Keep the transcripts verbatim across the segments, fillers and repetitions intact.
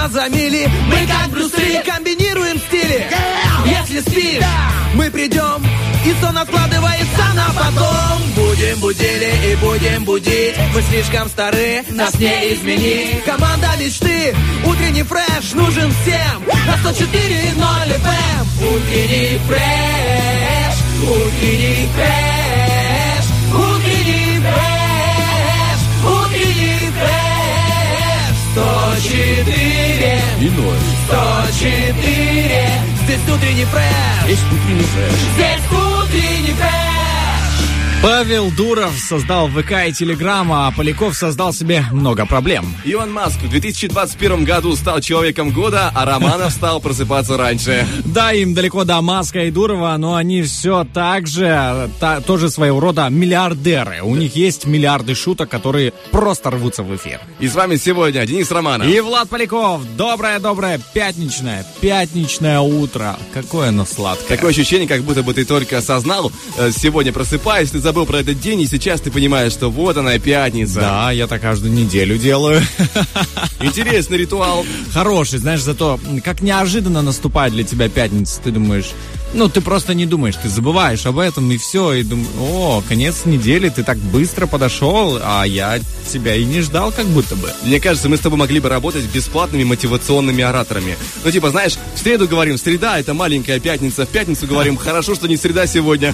нас за мили. Мы как Брюс Ли комбинируем стили. Если спишь, мы придем, и сон откладывается на потом. Будем будили и будем будить. Мы слишком стары, нас не изменить. Команда мечты, утренний фреш нужен всем. На сто четыре ноль эф эм. Утренний фреш, утренний фреш, утренний фреш, утренний фреш. Сто четыре и ноль. Сто четыре. Здесь утренний фреш. Здесь утренний фреш. Здесь утренний фреш. Павел Дуров создал ВК и Телеграм, а Поляков создал себе много проблем. Илон Маск в две тысячи двадцать первом году стал человеком года, а Романов стал просыпаться раньше. Да, им далеко до Маска и Дурова, но они все так же, та, тоже своего рода миллиардеры. У них есть миллиарды шуток, которые просто рвутся в эфир. И с вами сегодня Денис Романов. И Влад Поляков. Доброе-доброе пятничное, пятничное утро. Какое оно сладкое. Такое ощущение, как будто бы ты только осознал, сегодня просыпаясь, ты забыл про этот день, и сейчас ты понимаешь, что вот она, пятница. Да, я так каждую неделю делаю. Интересный ритуал. Хороший, знаешь, зато как неожиданно наступает для тебя пятница. Ты думаешь, ну, ты просто не думаешь, ты забываешь об этом, и все, и думаешь, о, конец недели, ты так быстро подошел, а я тебя и не ждал, как будто бы. Мне кажется, мы с тобой могли бы работать бесплатными мотивационными ораторами. Ну, типа, знаешь, в среду говорим, среда — это маленькая пятница, в пятницу говорим, хорошо, что не среда сегодня.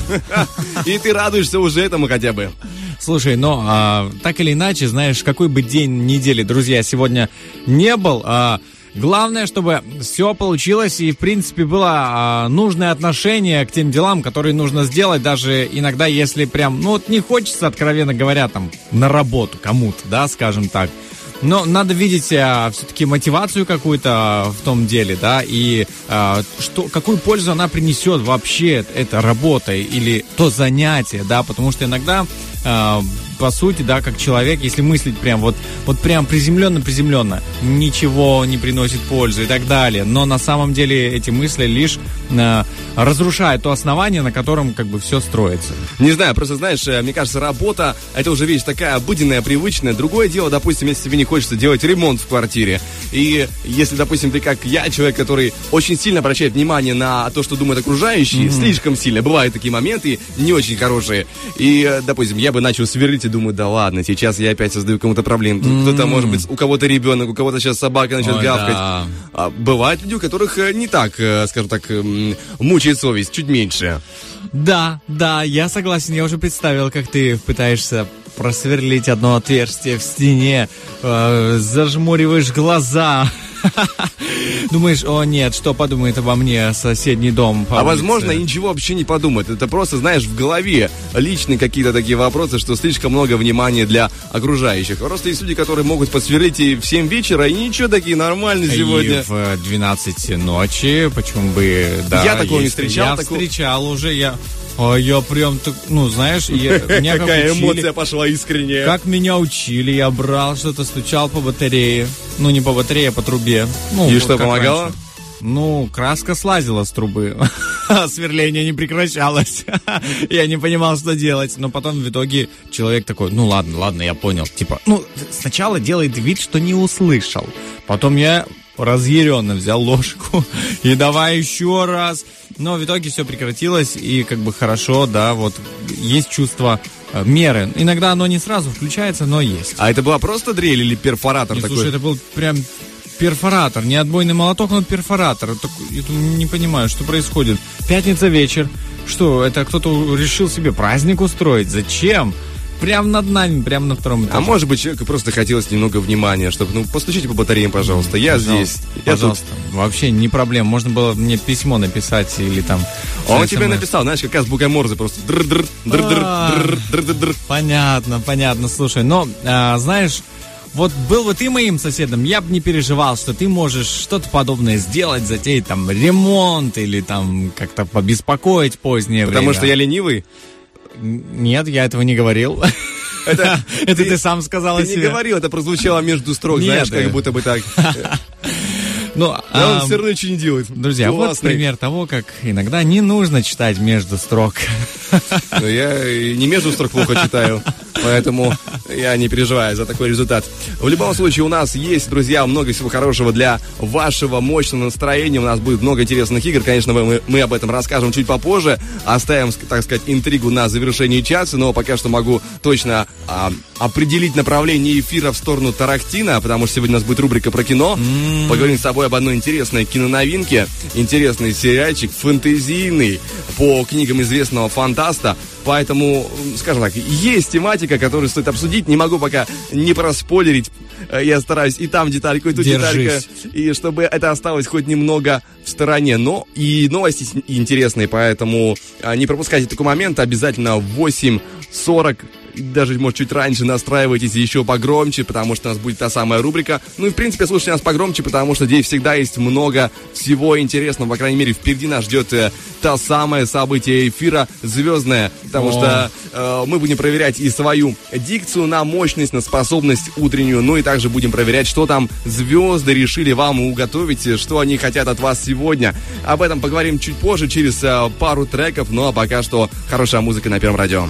И ты радуешься уже этому хотя бы. Слушай, ну, а, так или иначе, знаешь, какой бы день недели, друзья, сегодня не был, а, главное, чтобы все получилось и, в принципе, было а, нужное отношение к тем делам, которые нужно сделать, даже иногда, если прям, ну, вот не хочется, откровенно говоря, там, на работу кому-то, да, скажем так. Но надо видеть а, все-таки мотивацию какую-то в том деле, да, и а, что, какую пользу она принесет вообще, эта работа или то занятие, да, потому что иногда, а, по сути, да, как человек, если мыслить прям вот, вот прям приземленно-приземленно, ничего не приносит пользы и так далее, но на самом деле эти мысли лишь а, разрушают то основание, на котором как бы все строится. Не знаю, просто знаешь, мне кажется, работа — это уже вещь такая обыденная, привычная. Другое дело, допустим, если тебе не хочется делать ремонт в квартире. И если, допустим, ты как я, человек, который очень сильно обращает внимание на то, что думают окружающие, mm-hmm. слишком сильно. Бывают такие моменты не очень хорошие. И, допустим, я бы начал сверлить и думаю, да ладно, сейчас я опять создаю кому-то проблему. Mm-hmm. Кто-то, может быть, у кого-то ребенок, у кого-то сейчас собака начнет Ой, гавкать. Да. А бывают люди, у которых не так, скажем так, мучает совесть, чуть меньше. Да, да, я согласен. Я уже представил, как ты пытаешься просверлить одно отверстие в стене, э, зажмуриваешь глаза, думаешь, о нет, что подумает обо мне соседний дом по А улице? Возможно, ничего вообще не подумает. Это просто, знаешь, в голове личные какие-то такие вопросы, что слишком много внимания для окружающих. Просто есть люди, которые могут посверлить и в семь вечера, и ничего, такие нормальные сегодня. И в двенадцать ночи, почему бы, да. Я такого не встречал. Я такого... встречал уже, я... А я прям, так, ну, знаешь, я, меня как Какая учили, эмоция пошла искренняя. Как меня учили, я брал что-то, стучал по батарее. Ну, не по батарее, а по трубе. Ну, и вот что, помогало? Раньше. Ну, краска слазила с трубы. Сверление не прекращалось. Я не понимал, что делать. Но потом в итоге человек такой, ну ладно, ладно, я понял. Типа, ну, сначала делает вид, что не услышал. Потом я разъяренно взял ложку и давай еще раз. Но в итоге все прекратилось, и как бы хорошо, да, вот есть чувство э, меры. Иногда оно не сразу включается, но есть. А это была просто дрель или перфоратор Нет, такой? Слушай, это был прям перфоратор, не отбойный молоток, но перфоратор. Это, это не понимаю, что происходит. Пятница вечер. Что, это кто-то решил себе праздник устроить? Зачем? Прямо над нами, прямо на втором этаже. А может быть, человеку просто хотелось немного внимания, чтобы, ну, постучите по батареям, пожалуйста. Я пожалуйста, здесь. Пожалуйста. Я тут. Вообще не проблема. Можно было мне письмо написать или там... Он тебе написал, знаешь, как азбука Морзе, просто др-др, др-др, др-др, др-др. Понятно, понятно. Слушай, но, а, знаешь, вот был бы ты моим соседом, я бы не переживал, что ты можешь что-то подобное сделать, затеять там ремонт или там как-то побеспокоить позднее время. Потому что я ленивый? Нет, я этого не говорил. Это, это ты, ты сам сказал ты о себе. Ты не говорил, это прозвучало между строк, Нет, знаешь, как э... будто бы так. Ну, да а, он все равно ничего не делает. Друзья, Классный. Вот пример того, как иногда не нужно читать между строк. Но я и не между строк плохо читаю. Поэтому я не переживаю за такой результат. В любом случае, у нас есть, друзья, много всего хорошего для вашего мощного настроения. У нас будет много интересных игр. Конечно, мы, мы об этом расскажем чуть попозже. Оставим, так сказать, интригу на завершении часа. Но пока что могу точно а, определить направление эфира в сторону Тарахтина, потому что сегодня у нас будет рубрика про кино. Mm-hmm. Поговорим с тобой об одной интересной киноновинке. Интересный сериальчик, фэнтезийный, по книгам известного фантаста. Поэтому, скажем так, есть тематика, которую стоит обсудить. Не могу пока не проспойлерить. Я стараюсь и там детальку, и тут деталька. И чтобы это осталось хоть немного в стороне. Но и новости интересные, поэтому не пропускайте такой момент. Обязательно в восемь сорок, даже, может, чуть раньше настраивайтесь еще погромче, потому что у нас будет та самая рубрика. Ну и, в принципе, слушайте нас погромче, потому что здесь всегда есть много всего интересного. По крайней мере, впереди нас ждет э, то самое событие эфира звездное, потому О. что э, мы будем проверять и свою дикцию на мощность, на способность утреннюю, ну и также будем проверять, что там звезды решили вам уготовить, что они хотят от вас сегодня. Об этом поговорим чуть позже, через э, пару треков, ну а пока что хорошая музыка на Первом радио.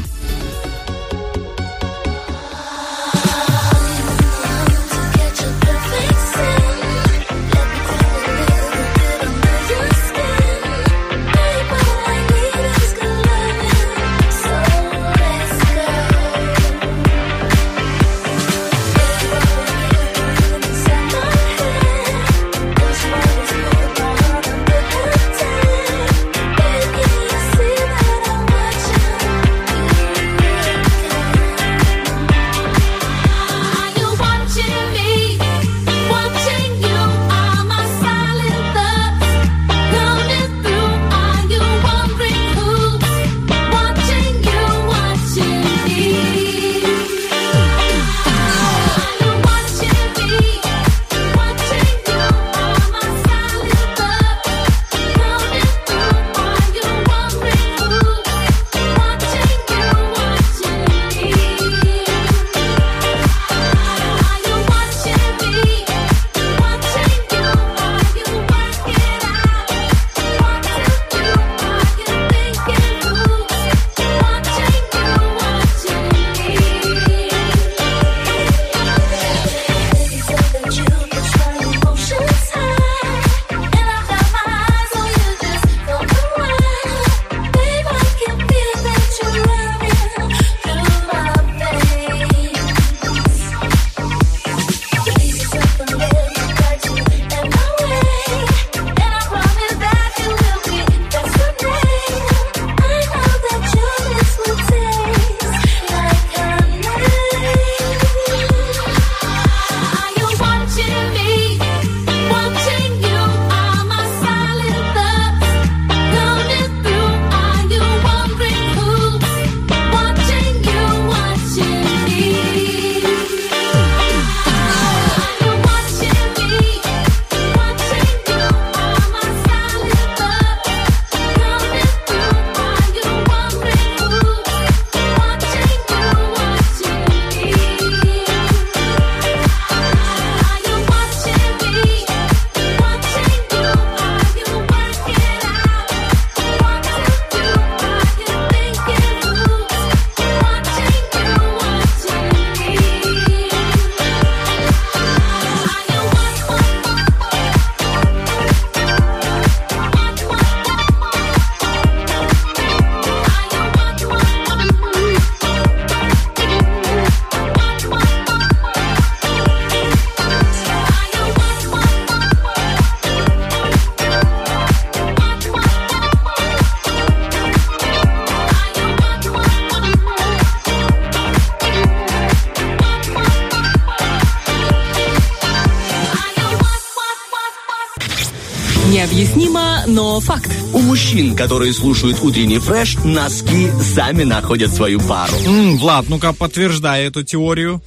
Необъяснимо, но факт. У мужчин, которые слушают утренний фреш, носки сами находят свою пару. М, Влад, ну-ка подтверждай эту теорию.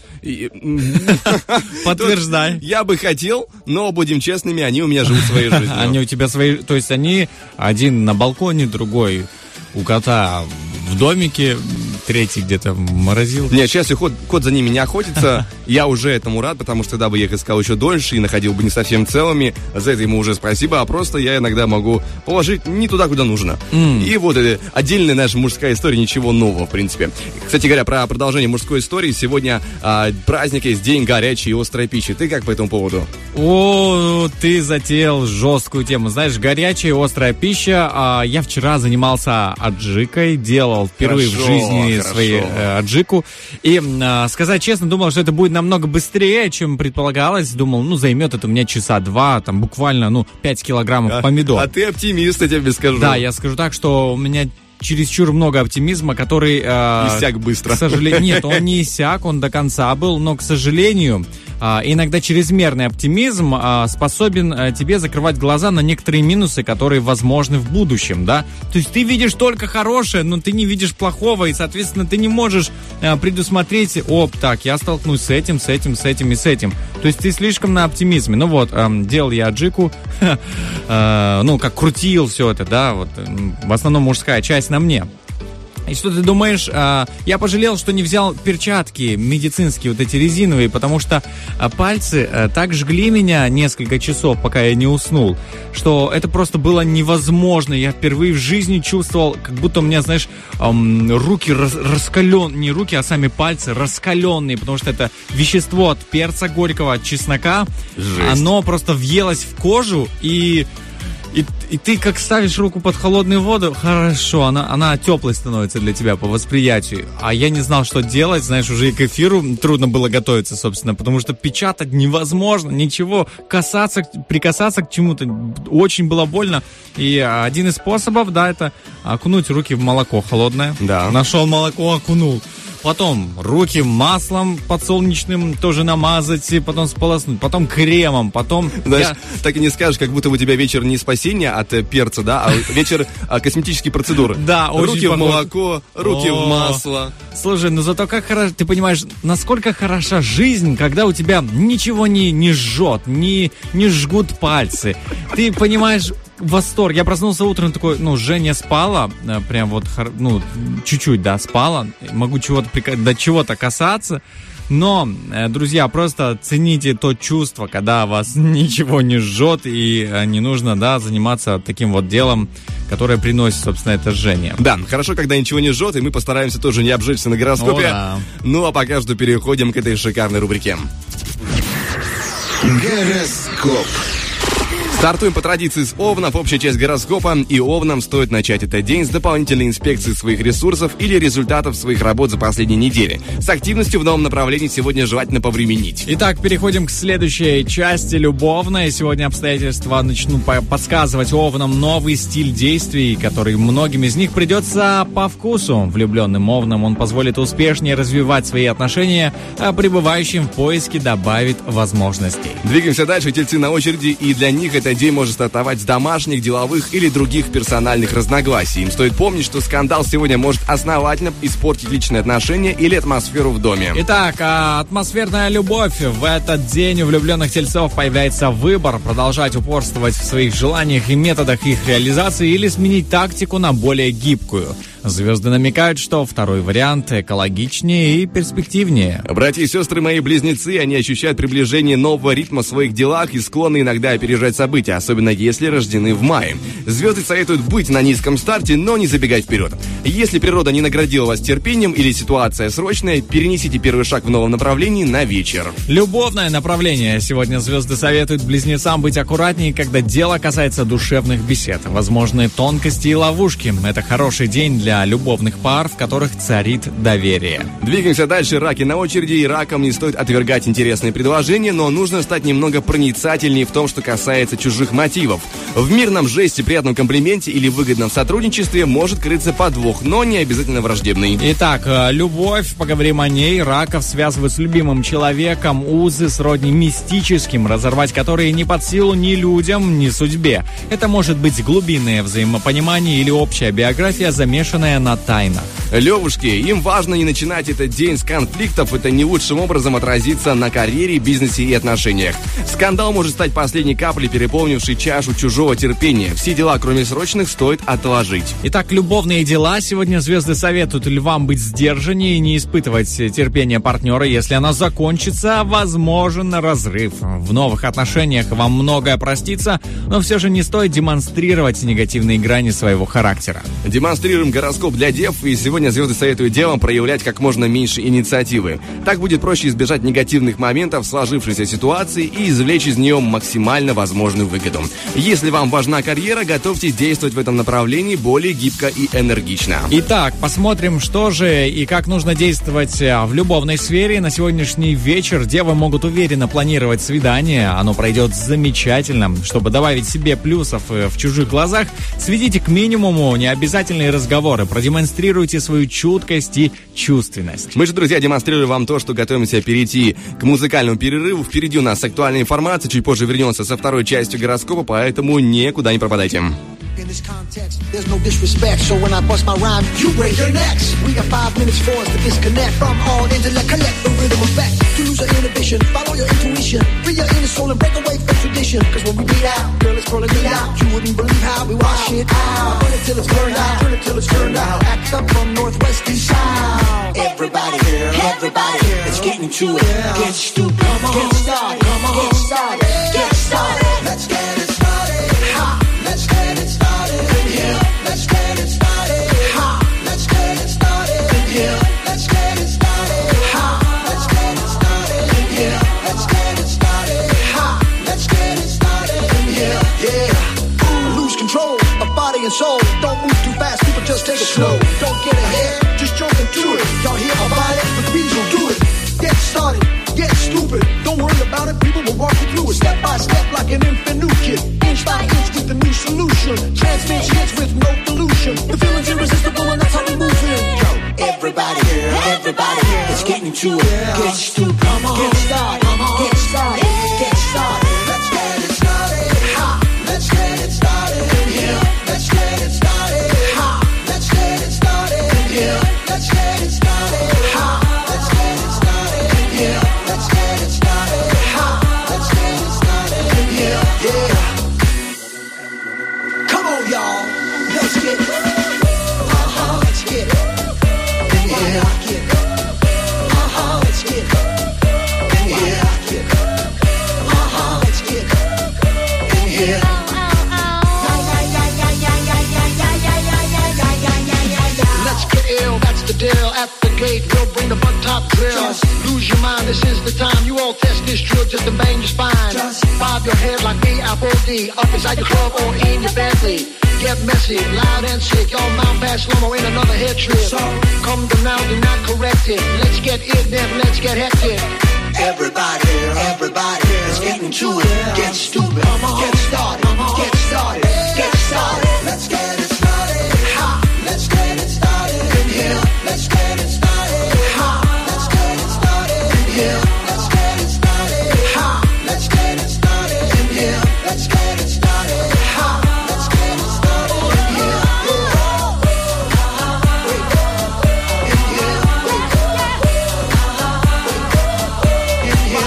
Подтверждай. Я бы хотел, но, будем честными, они у меня живут своей жизнью. Они у тебя свои... То есть они один на балконе, другой у кота в домике. третий где-то в морозилке. Нет, сейчас кот, кот за ними не охотится. Я уже этому рад, потому что тогда бы я их искал еще дольше и находил бы не совсем целыми. За это ему уже спасибо, а просто я иногда могу положить не туда, куда нужно. Mm. И вот это отдельная наша мужская история, ничего нового, в принципе. Кстати говоря, про продолжение мужской истории. Сегодня а, праздник есть, день горячей и острой пищи. Ты как по этому поводу? О, ты затеял жесткую тему. Знаешь, горячая и острая пища. А, я вчера занимался аджикой, делал впервые хорошо, в жизни хорошо. свою э, аджику. И, а, сказать честно, думал, что это будет намного быстрее, чем предполагалось. Думал, ну, займет это у меня часа два, там, буквально, ну, пять килограммов а, помидор. А ты оптимист, я тебе скажу. Да, я скажу так, что у меня чересчур много оптимизма, который... Э, иссяк быстро. К сожалению, нет, он не иссяк, он до конца был, но, к сожалению, э, иногда чрезмерный оптимизм э, способен э, тебе закрывать глаза на некоторые минусы, которые возможны в будущем, да? То есть ты видишь только хорошее, но ты не видишь плохого, и, соответственно, ты не можешь э, предусмотреть, о, так, я столкнусь с этим, с этим, с этим и с этим. То есть ты слишком на оптимизме. Ну вот, э, делал я аджику, э, ну, как крутил все это, да, вот, э, в основном мужская часть на мне. И что ты думаешь, а, я пожалел, что не взял перчатки медицинские, вот эти резиновые, потому что а, пальцы а, так жгли меня несколько часов, пока я не уснул, что это просто было невозможно. Я впервые в жизни чувствовал, как будто у меня, знаешь, эм, руки рас, раскаленные, не руки, а сами пальцы раскаленные, потому что это вещество от перца горького, от чеснока. Жесть. Оно просто въелось в кожу, и... И, и ты как ставишь руку под холодную воду, хорошо, она, она теплой становится для тебя по восприятию. А я не знал, что делать, знаешь, уже и к эфиру трудно было готовиться, собственно, потому что печатать невозможно, ничего, касаться, прикасаться к чему-то очень было больно. И один из способов, да, это окунуть руки в молоко холодное. Да. Нашел молоко, окунул. Потом руки маслом подсолнечным тоже намазать, и потом сполоснуть, потом кремом, потом... Знаешь, я... так и не скажешь, как будто у тебя вечер не спасение от э, перца, да, а вечер а, косметических процедур. Да, очень руки похож. в молоко, руки О, в масло. Слушай, ну зато как хорошо, ты понимаешь, насколько хороша жизнь, когда у тебя ничего не, не жжет, не, не жгут пальцы. Ты понимаешь... Восторг. Я проснулся утром такой, ну, Женя спала, прям вот, ну, чуть-чуть, да, спала. Могу чего-то, до чего-то касаться. Но, друзья, просто цените то чувство, когда вас ничего не жжет, и не нужно, да, заниматься таким вот делом, которое приносит, собственно, это жжение. Да, хорошо, когда ничего не жжет, и мы постараемся тоже не обжечься на гороскопе. О, да. Ну, а пока что переходим к этой шикарной рубрике. Гороскоп. Стартуем по традиции с Овнов. Общая часть гороскопа. И Овнам стоит начать этот день с дополнительной инспекции своих ресурсов или результатов своих работ за последние недели. С активностью в новом направлении сегодня желательно повременить. Итак, переходим к следующей части, любовной. Сегодня обстоятельства начнут подсказывать Овнам новый стиль действий, который многим из них придется по вкусу. Влюбленным Овнам он позволит успешнее развивать свои отношения, а пребывающим в поиске добавит возможностей. Двигаемся дальше. Тельцы на очереди, и для них это день может стартовать с домашних, деловых или других персональных разногласий. Им стоит помнить, что скандал сегодня может основательно испортить личные отношения или атмосферу в доме. Итак, атмосферная любовь. В этот день у влюбленных тельцов появляется выбор: продолжать упорствовать в своих желаниях и методах их реализации или сменить тактику на более гибкую. Звезды намекают, что второй вариант экологичнее и перспективнее. Братья и сестры мои близнецы, они ощущают приближение нового ритма в своих делах и склонны иногда опережать события, особенно если рождены в мае. Звезды советуют быть на низком старте, но не забегать вперед. Если природа не наградила вас терпением или ситуация срочная, перенесите первый шаг в новом направлении на вечер. Любовное направление. Сегодня звезды советуют близнецам быть аккуратнее, когда дело касается душевных бесед. Возможны тонкости и ловушки. Это хороший день для любовных пар, в которых царит доверие. Двигаемся дальше. Раки на очереди, и ракам не стоит отвергать интересные предложения, но нужно стать немного проницательнее в том, что касается чужих мотивов. В мирном жесте, приятном комплименте или выгодном сотрудничестве может крыться подвох, но не обязательно враждебный. Итак, любовь, поговорим о ней. Раков связывают с любимым человеком узы сродни мистическим, разорвать которые не под силу ни людям, ни судьбе. Это может быть глубинное взаимопонимание или общая биография, замешанная основанная на тайнах. Левушки, им важно не начинать этот день с конфликтов, это не лучшим образом отразится на карьере, бизнесе и отношениях. Скандал может стать последней каплей, переполнившей чашу чужого терпения. Все дела, кроме срочных, стоит отложить. Итак, любовные дела. Сегодня звезды советуют львам быть сдержаннее и не испытывать терпения партнера. Если оно закончится, возможен разрыв. В новых отношениях вам многое простится, но все же не стоит демонстрировать негативные грани своего характера. Демонстрируем гороскоп для дев, и сегодня звезды советуют девам проявлять как можно меньше инициативы. Так будет проще избежать негативных моментов в сложившейся ситуации и извлечь из нее максимально возможную выгоду. Если вам важна карьера, готовьтесь действовать в этом направлении более гибко и энергично. Итак, посмотрим, что же и как нужно действовать в любовной сфере. На сегодняшний вечер девы могут уверенно планировать свидание. Оно пройдет замечательно. Чтобы добавить себе плюсов в чужих глазах, сведите к минимуму необязательные разговоры, продемонстрируйте свою чуткость и чувственность. Мы же, друзья, демонстрируем вам то, что готовимся перейти к музыкальному перерыву. Впереди у нас актуальная информация, чуть позже вернемся со второй частью гороскопа, поэтому никуда не пропадайте. In this context, there's no disrespect, so when I bust my rhyme, you raise your necks. We got five minutes for us to disconnect from all intellect, collect the rhythm effect. To lose your inhibition, follow your intuition, free your inner soul and break away from tradition. Cause when we beat out, girl, it's calling me out. You wouldn't believe how we wash it out. Burn it till it's burned out, turn it till it's turned out. Act up from northwest to south. Everybody here, everybody here, let's get into it. Get stupid, get started, get started, get started. Let's get it started. Ha! Let's get it started in here. Let's get it started. Ha! Let's get it started in here. Let's get it started. Ha! Let's get it started in here. Let's get it started. Ha! Let's get it started in here. Yeah. Lose control of body and soul. Don't move too fast. People just take it slow. Don't get ahead. Just jump into it. Y'all hear about it? But please don't do it. Get started. Get stupid. Don't worry about it. People will walk you through it. Step by step like an infant new kid. Inch by inch with the new solution. Transmit hits with no delusion. The feeling's irresistible and that's how we move in. Yo, everybody here, everybody here, let's get into it. Get stupid, come on, get started, get started, get started. Let's get it started. Ha! Let's get it started in here. Let's get it started. Ha! Let's get it started in here. Let's get it started. Ha! Let's get it started in here. Let's get it started. Ha! Let's get it started in here. Yeah. Come on, y'all. Let's get it. Uh-huh. Let's get it. In here. Get it. Uh-huh. Let's get it. In here. Get it. Uh-huh. Let's get it. In here. Let's get ill, that's the deal. At the gate, we'll bring the butt top drill. Just lose your mind, this is the time. You all test this drill just to bang your spine. Just bob your head like B, Apple D. Up inside your club or in your Bentley. Get messy, loud and sick. Y'all mount fast, slow-mo in another head trip. So come to now, do not correct it. Let's get it, then let's get hectic. Everybody, everybody, let's get into it. Get stupid, get started, get started, get started. Let's get it started. Ha! Let's get it started in here. Let's get it started. Ha! Let's get it started in here. Let's get it started. Ha! Let's get it started in here. Let's get it started. Ha! Let's get it started in here. In here. In here.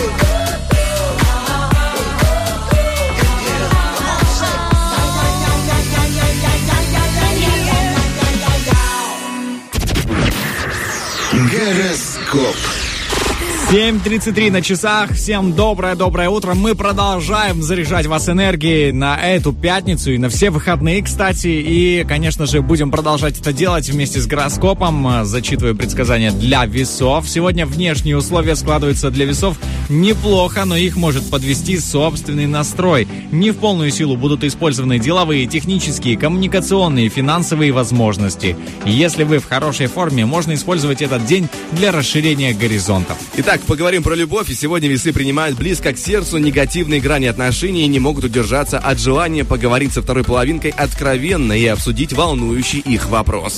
Гороскоп. семь тридцать три на часах. Всем доброе-доброе утро. Мы продолжаем заряжать вас энергией на эту пятницу и на все выходные, кстати. И, конечно же, будем продолжать это делать вместе с гороскопом. Зачитываю предсказания для весов. Сегодня внешние условия складываются для весов неплохо, но их может подвести собственный настрой. Не в полную силу будут использованы деловые, технические, коммуникационные, финансовые возможности. Если вы в хорошей форме, можно использовать этот день для расширения горизонтов. Итак, поговорим про любовь, и сегодня весы принимают близко к сердцу негативные грани отношений и не могут удержаться от желания поговорить со второй половинкой откровенно и обсудить волнующий их вопрос.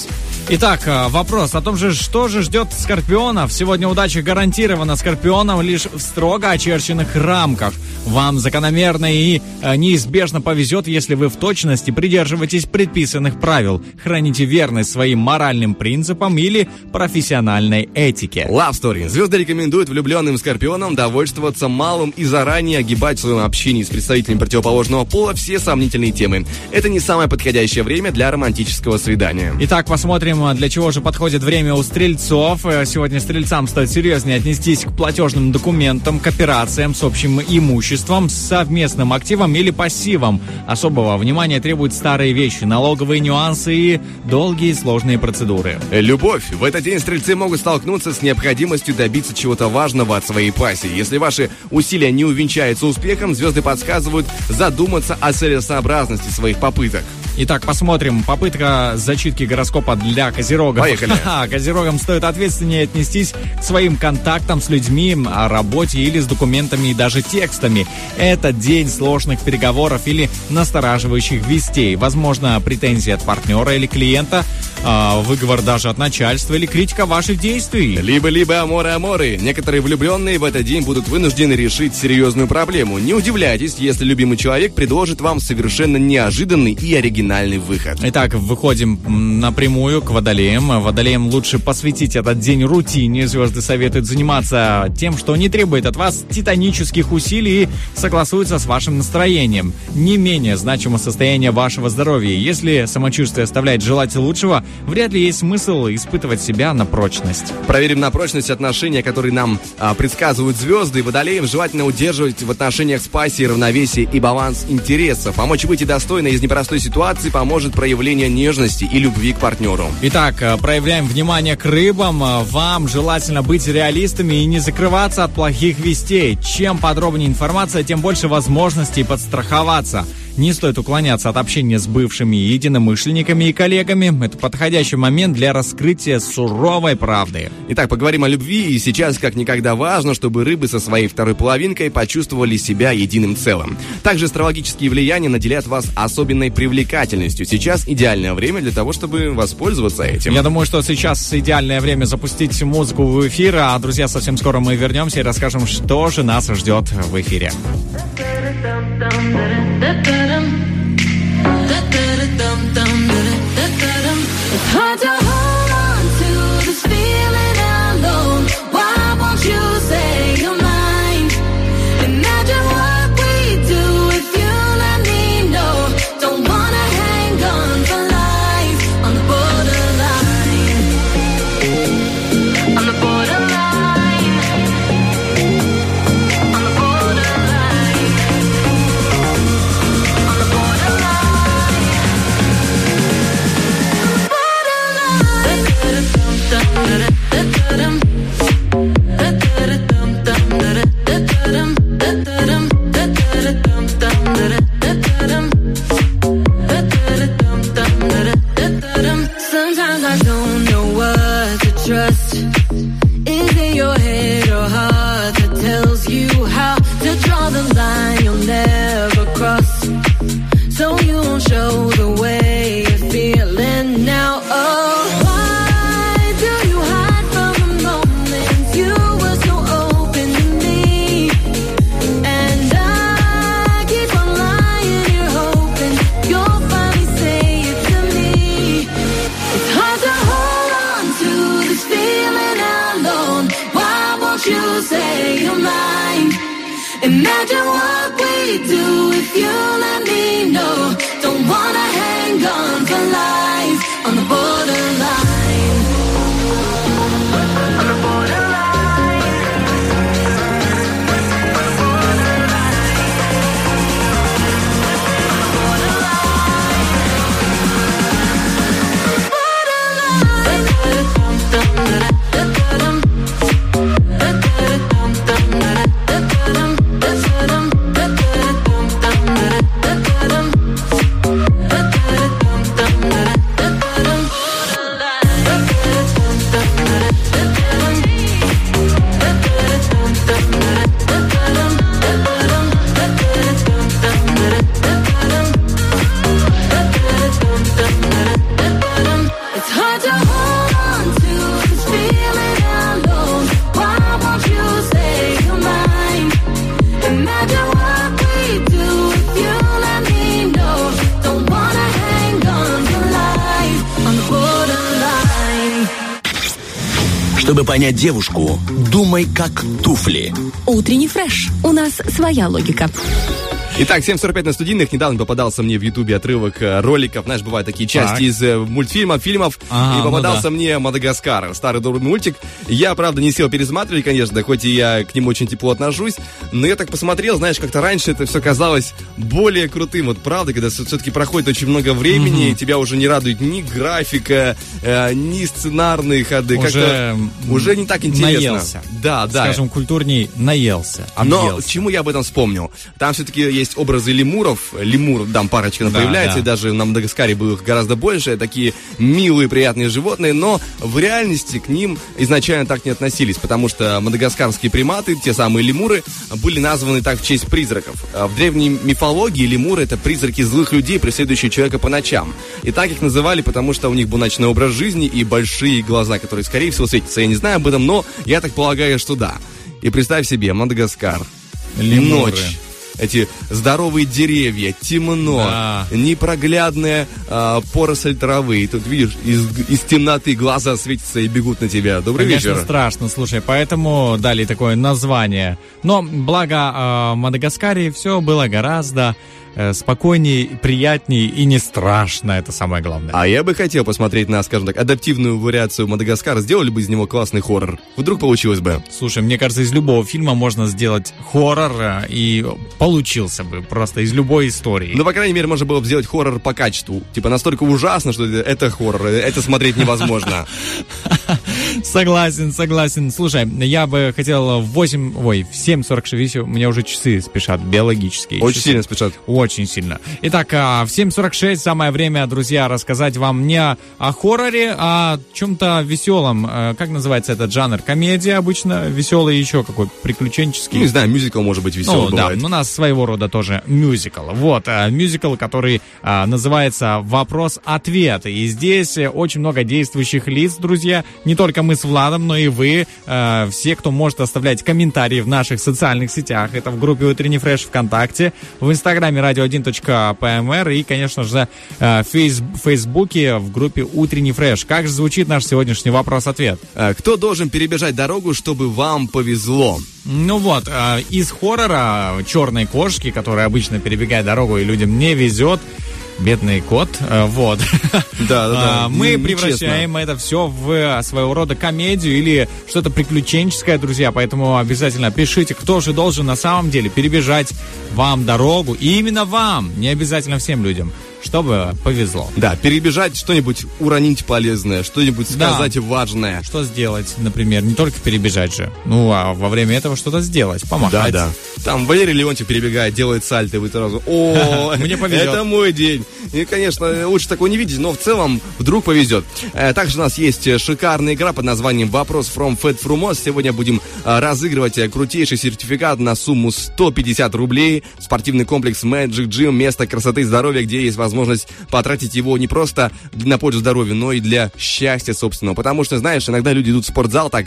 Итак, вопрос о том же, что же ждет скорпионов. Сегодня удача гарантирована скорпионам лишь в строго очерченных рамках. Вам закономерно и неизбежно повезет, если вы в точности придерживаетесь предписанных правил, храните верность своим моральным принципам или профессиональной этике. Love Story. Звезды рекомендуют влюбленным скорпионам довольствоваться малым и заранее огибать в своем общении с представителями противоположного пола все сомнительные темы. Это не самое подходящее время для романтического свидания. Итак, посмотрим, для чего же подходит время у стрельцов. Сегодня стрельцам стоит серьезнее отнестись к платежным документам, к операциям с общим имуществом, с совместным активом или пассивом. Особого внимания требуют старые вещи, налоговые нюансы и долгие и сложные процедуры. Любовь. В этот день стрельцы могут столкнуться с необходимостью добиться чего-то важного от своей пассии. Если ваши усилия не увенчаются успехом, звезды подсказывают задуматься о целесообразности своих попыток. Итак, посмотрим. Попытка зачитки гороскопа для козерогов. Поехали. Козерогам стоит ответственнее отнестись к своим контактам с людьми, о работе или с документами и даже текстами. Это день сложных переговоров или настораживающих вестей. Возможно, претензии от партнера или клиента, выговор даже от начальства или критика ваших действий. Либо-либо аморы-аморы. Некоторые влюбленные в этот день будут вынуждены решить серьезную проблему. Не удивляйтесь, если любимый человек предложит вам совершенно неожиданный и оригинальный выход. Итак, выходим напрямую к водолеям. Водолеям лучше посвятить этот день рутине. Звезды советуют заниматься тем, что не требует от вас титанических усилий и согласуется с вашим настроением. Не менее значимо состояние вашего здоровья. Если самочувствие оставляет желать лучшего, вряд ли есть смысл испытывать себя на прочность. Проверим на прочность отношения, которые нам а, предсказывают звезды. Водолеям желательно удерживать в отношениях с пассией равновесие и баланс интересов. Помочь выйти достойно из непростой ситуации поможет проявление нежности и любви к партнеру. Итак, проявляем внимание к рыбам. Вам желательно быть реалистами и не закрываться от плохих вестей. Чем подробнее информация, тем больше возможностей подстраховаться. Не стоит уклоняться от общения с бывшими единомышленниками и коллегами. Это подходящий момент для раскрытия суровой правды. Итак, поговорим о любви. И сейчас как никогда важно, чтобы рыбы со своей второй половинкой почувствовали себя единым целым. Также астрологические влияния наделяют вас особенной привлекательностью. Сейчас идеальное время для того, чтобы воспользоваться этим. Я думаю, что сейчас идеальное время запустить музыку в эфир. А, друзья, совсем скоро мы вернемся и расскажем, что же нас ждет в эфире. It's hard to hold on to this feeling alone. Why won't you say you're mine? Imagine what we do if you let me know. Don't wanna hang on for life on the borderline. On the borderline. On the borderline. On the borderline. Sometimes I don't know what to trust. Is it your head or heart that tells you how to draw the line you'll never cross? So you won't show the way you're feeling now. Oh, why do you hide from the moments you were so open to me? And I keep on lying here hoping you'll finally say it to me. It's hard to hold on to this feeling alone. Why won't you say you're mine? Imagine what we do if you let me know. Don't wanna hang on for life on the borderline. On the borderline. Borderline. Чтобы понять девушку, думай как туфли. Утренний фреш. У нас своя логика. Итак, семь сорок пять на студийных. Недавно попадался мне в Ютубе отрывок э, роликов. Знаешь, бывают такие части Так. из э, мультфильмов, фильмов. Ага, и попадался ну да. мне Мадагаскар. Старый добрый мультик. Я, правда, не сел пересматривать, конечно, хоть и я к нему очень тепло отношусь. Но я так посмотрел, знаешь, как-то раньше это все казалось более крутым. Вот правда, когда все-таки проходит очень много времени, Мгм. тебя уже не радует ни графика, э, ни сценарные ходы. Уже Как-то уже не так интересно. наелся. Да, да. Скажем, культурней наелся, Но объелся. чему я об этом вспомнил? Там все-таки есть образы лемуров. Лемур, там парочка Да, появляется, да. и даже на Мадагаскаре было их гораздо больше. Такие милые, приятные животные, но в реальности к ним изначально так не относились, потому что мадагаскарские приматы, те самые лемуры, были названы так в честь призраков. А в древней мифологии лемуры — это призраки злых людей, преследующие человека по ночам. И так их называли, потому что у них был ночной образ жизни и большие глаза, которые, скорее всего, светятся. Я не знаю об этом, но я так полагаю, что да. И представь себе, Мадагаскар. Лемуры. Ночь. Эти здоровые деревья, темно, Да. непроглядная а, поросль травы. И тут, видишь, из, из темноты глаза светятся и бегут на тебя. Добрый Конечно, вечер. страшно, слушай, поэтому дали такое название. Но благо э, в Мадагаскаре все было гораздо э, спокойнее, приятнее и не страшно, это самое главное. А я бы хотел посмотреть на, скажем так, адаптивную вариацию Мадагаскара. Сделали бы из него классный хоррор. Вдруг получилось бы. Слушай, мне кажется, из любого фильма можно сделать хоррор, э, и получился бы просто из любой истории. Ну, по крайней мере, можно было бы сделать хоррор по качеству. Типа, настолько ужасно, что это, это хоррор. Это смотреть невозможно. Согласен, согласен. Слушай, я бы хотел в восемь, ой, в семь сорок шесть, у меня уже часы спешат, биологические. Очень часы. сильно спешат. Очень сильно. Итак, а, в семь сорок шесть самое время, друзья, рассказать вам не о хорроре, а о чем-то веселом. Э, Как называется этот жанр? Комедия обычно, веселый еще какой, приключенческий. Ну, не знаю, мюзикл может быть веселый Ну, да, бывает. у нас своего рода тоже мюзикл. Вот, э, мюзикл, который э, называется «Вопрос-ответ». И здесь э, очень много действующих лиц, друзья. Не только мы с Владом, но и вы, э, все, кто может оставлять комментарии в наших социальных сетях. Это в группе «Утренний фреш» ВКонтакте, в инстаграме радио один точка пэ эм эр и, конечно же, э, в фейс- Фейсбуке в группе «Утренний фреш». Как же звучит наш сегодняшний вопрос-ответ? А кто должен перебежать дорогу, чтобы вам повезло? Ну вот, э, из хоррора «Черной кошки», которая обычно перебегает дорогу и людям не везет, бедный кот, э, вот. Да, да, да. А, Мы Нечестно. превращаем это все в э, своего рода комедию или что-то приключенческое, друзья. Поэтому обязательно пишите, кто же должен на самом деле перебежать вам дорогу. И именно вам, не обязательно всем людям, чтобы повезло. Да, перебежать, что-нибудь уронить полезное, что-нибудь Да. сказать важное. Что сделать, например, не только перебежать же. Ну, а во время этого что-то сделать, помахать. Да, да. Там Валерий Леонтьев перебегает, делает сальто, и вы сразу: о, Мне повезет. это мой день. И, конечно, лучше такого не видеть, но в целом вдруг повезет. Э, Также у нас есть э, шикарная игра под названием «Вопрос from Fat Frumos». Сегодня будем э, разыгрывать э, крутейший сертификат на сумму сто пятьдесят рублей. Спортивный комплекс Magic Gym, место красоты и здоровья, где есть возможность потратить его не просто на пользу здоровью, но и для счастья собственного. Потому что, знаешь, иногда люди идут в спортзал так: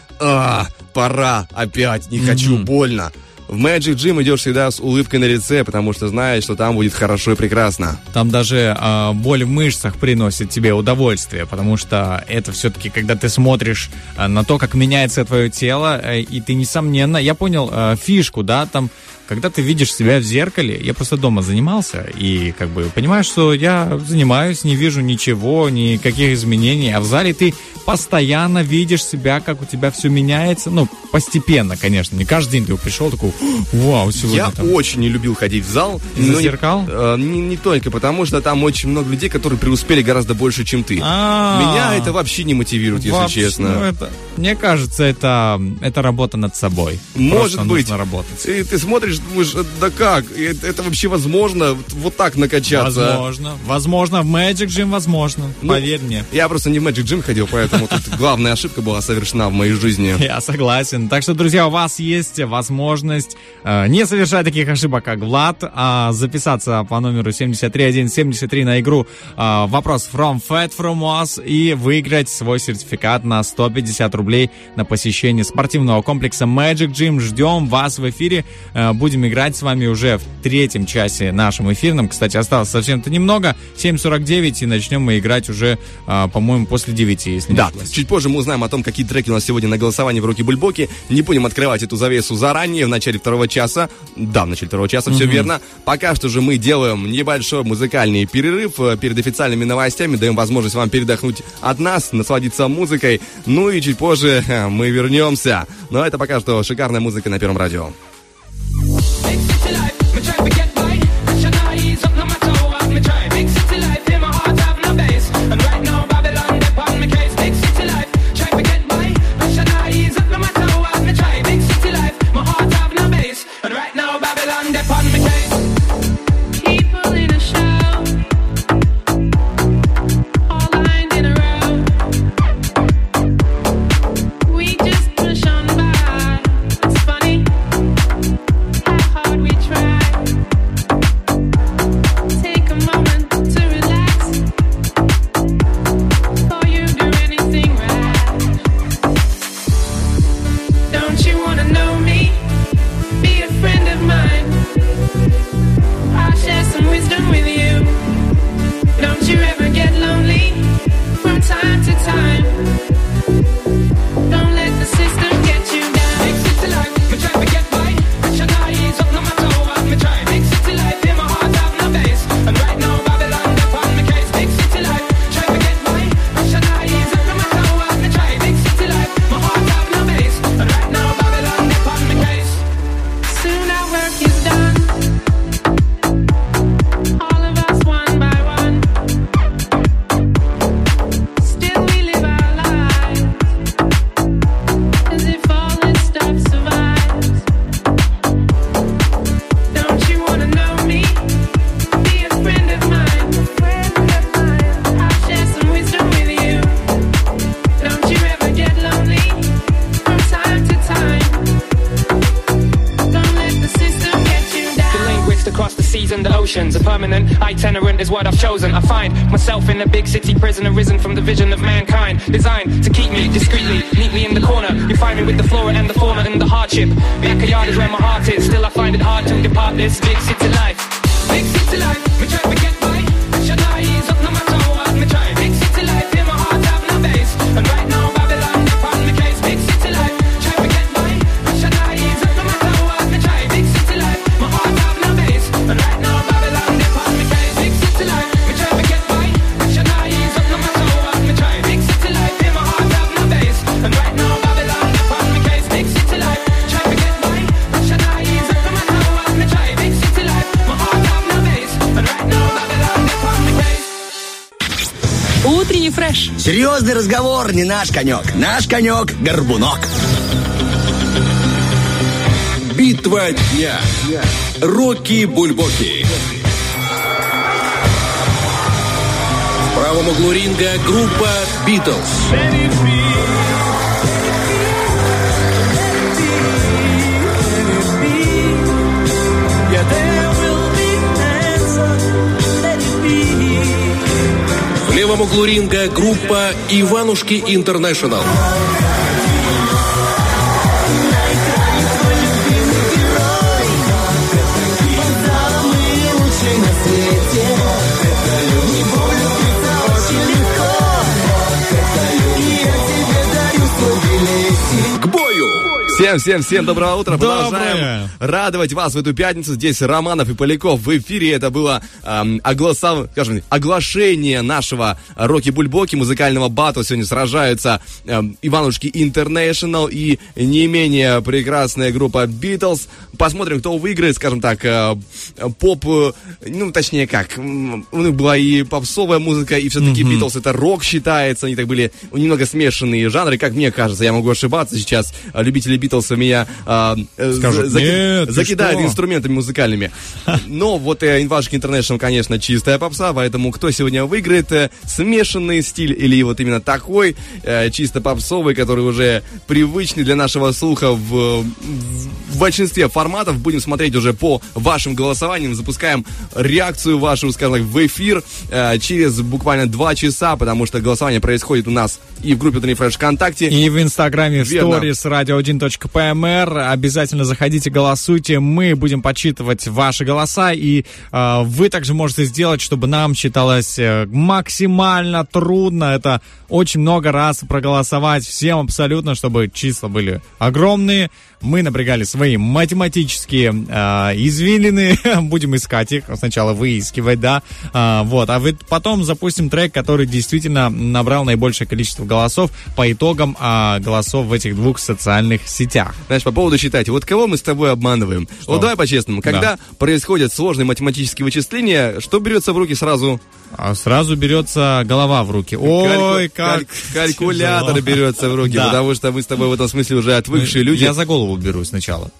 а, пора, опять, не хочу, больно. В Magic Gym идешь всегда с улыбкой на лице, потому что знаешь, что там будет хорошо и прекрасно. Там даже э, боль в мышцах приносит тебе удовольствие, потому что это все-таки, когда ты смотришь э, на то, как меняется твое тело, э, и ты, несомненно, я понял э, фишку, да, там, когда ты видишь себя в зеркале, я просто дома занимался, и как бы понимаешь, что я занимаюсь, не вижу ничего, никаких изменений, а в зале ты постоянно видишь себя, как у тебя все меняется, ну, постепенно, конечно, не каждый день ты пришел такой: вау, сегодня Я там... очень не любил ходить в зал. Из-за но не- зеркал? э, Не, не только, потому что там очень много людей, которые преуспели гораздо больше, чем ты. А-а-а. Меня это вообще не мотивирует, если Вообще, честно. ну, это, мне кажется, это, это работа над собой. Может Просто быть. нужно работать. И ты смотришь, думаешь: да как? Это, это вообще возможно? Вот, вот так накачаться? Возможно. Возможно, в Magic Gym возможно. Ну, Поверь мне. Я просто не в Magic Gym ходил, поэтому тут главная ошибка была совершена в моей жизни. Я согласен. Так что, друзья, у вас есть возможность э, не совершать таких ошибок, как Влад, а записаться по номеру семь три один семь три на игру э, «Вопрос from Fat from Us» и выиграть свой сертификат на сто пятьдесят рублей на посещение спортивного комплекса Magic Gym. Ждем вас в эфире. Э, будем будем играть с вами уже в третьем часе нашим эфирном. Кстати, осталось совсем-то немного, семь сорок девять, и начнем мы играть уже, а, по-моему, после девяти, если да, не ошибаюсь. Чуть позже мы узнаем о том, какие треки у нас сегодня на голосовании в Руки Бульбоки. Не будем открывать эту завесу заранее, в начале второго часа. Да, в начале второго часа, все mm-hmm. верно. Пока что же мы делаем небольшой музыкальный перерыв перед официальными новостями, даем возможность вам передохнуть от нас, насладиться музыкой. Ну и чуть позже мы вернемся. Но это пока что шикарная музыка на Первом радио. A permanent itinerant is what I've chosen. I find myself in a big city prison, arisen from the vision of mankind, designed to keep me discreetly, neatly in the corner. You find me with the flora and the fauna and the hardship. Backyard is where my heart is. Still I find it hard to depart this big city life. Big city life, me try to get by. Should I ease up no matter what me try? Big city life, in my heart have no base. And right now Babylon upon me case. Big city life, try to get by. Should I ease up no matter what me try? Big city life, my heart have no base. And right now Утренний фреш. Серьезный разговор не наш конек. Наш конек — горбунок. Битва дня. Рокки Бульбоки. В правом углу ринга группа «Битлз». В левом углу ринга группа «Иванушки Интернешнл». Всем-всем-всем доброе утро. Доброе. Продолжаем радовать вас в эту пятницу. Здесь Романов и Поляков в эфире. Это было эм, огласов... скажем, оглашение нашего Рокки Бульбоки, музыкального батла. Сегодня сражаются эм, Иванушки Интернешнл и не менее прекрасная группа Битлз. Посмотрим, кто выиграет, скажем так, э, поп... Ну, точнее как, у них была и попсовая музыка, и все-таки Битлз mm-hmm. это рок считается. Они так были немного смешанные жанры, как мне кажется. Я могу ошибаться сейчас. Любители Битлз меня э, Скажут, заки... нет, закидают инструментами музыкальными. Но вот э, Иванушки Интернешнл, конечно, чистая попса, поэтому кто сегодня выиграет? Э, смешанный стиль или вот именно такой, э, чисто попсовый, который уже привычный для нашего слуха в, в большинстве форматов. Будем смотреть уже по вашим голосованиям. Запускаем реакцию вашу, скажем так, в эфир э, через буквально два часа, потому что голосование происходит у нас и в группе Утренний Фреш ВКонтакте. И в Инстаграме, в Верно. сторис радио один точка точка пи эм эр. Обязательно заходите, голосуйте. Мы будем подсчитывать ваши голоса. И э, вы также можете сделать, чтобы нам считалось э, максимально трудно. Это очень много раз проголосовать всем абсолютно, чтобы числа были огромные. Мы напрягали свои математические э, извилины. Будем искать их. Сначала выискивать, да. Э, вот. А вы, потом запустим трек, который действительно набрал наибольшее количество голосов по итогам э, голосов в этих двух социальных сетях. Знаешь, по поводу считать. Вот кого мы с тобой обманываем? Что? Вот давай по-честному. Когда Да. происходят сложные математические вычисления, что берется в руки сразу? А сразу берется голова в руки. Ой, Кальку- как каль- Калькулятор тяжело. берется в руки, Да. потому что мы с тобой в этом смысле уже отвыкшие люди. Я за голову беру сначала.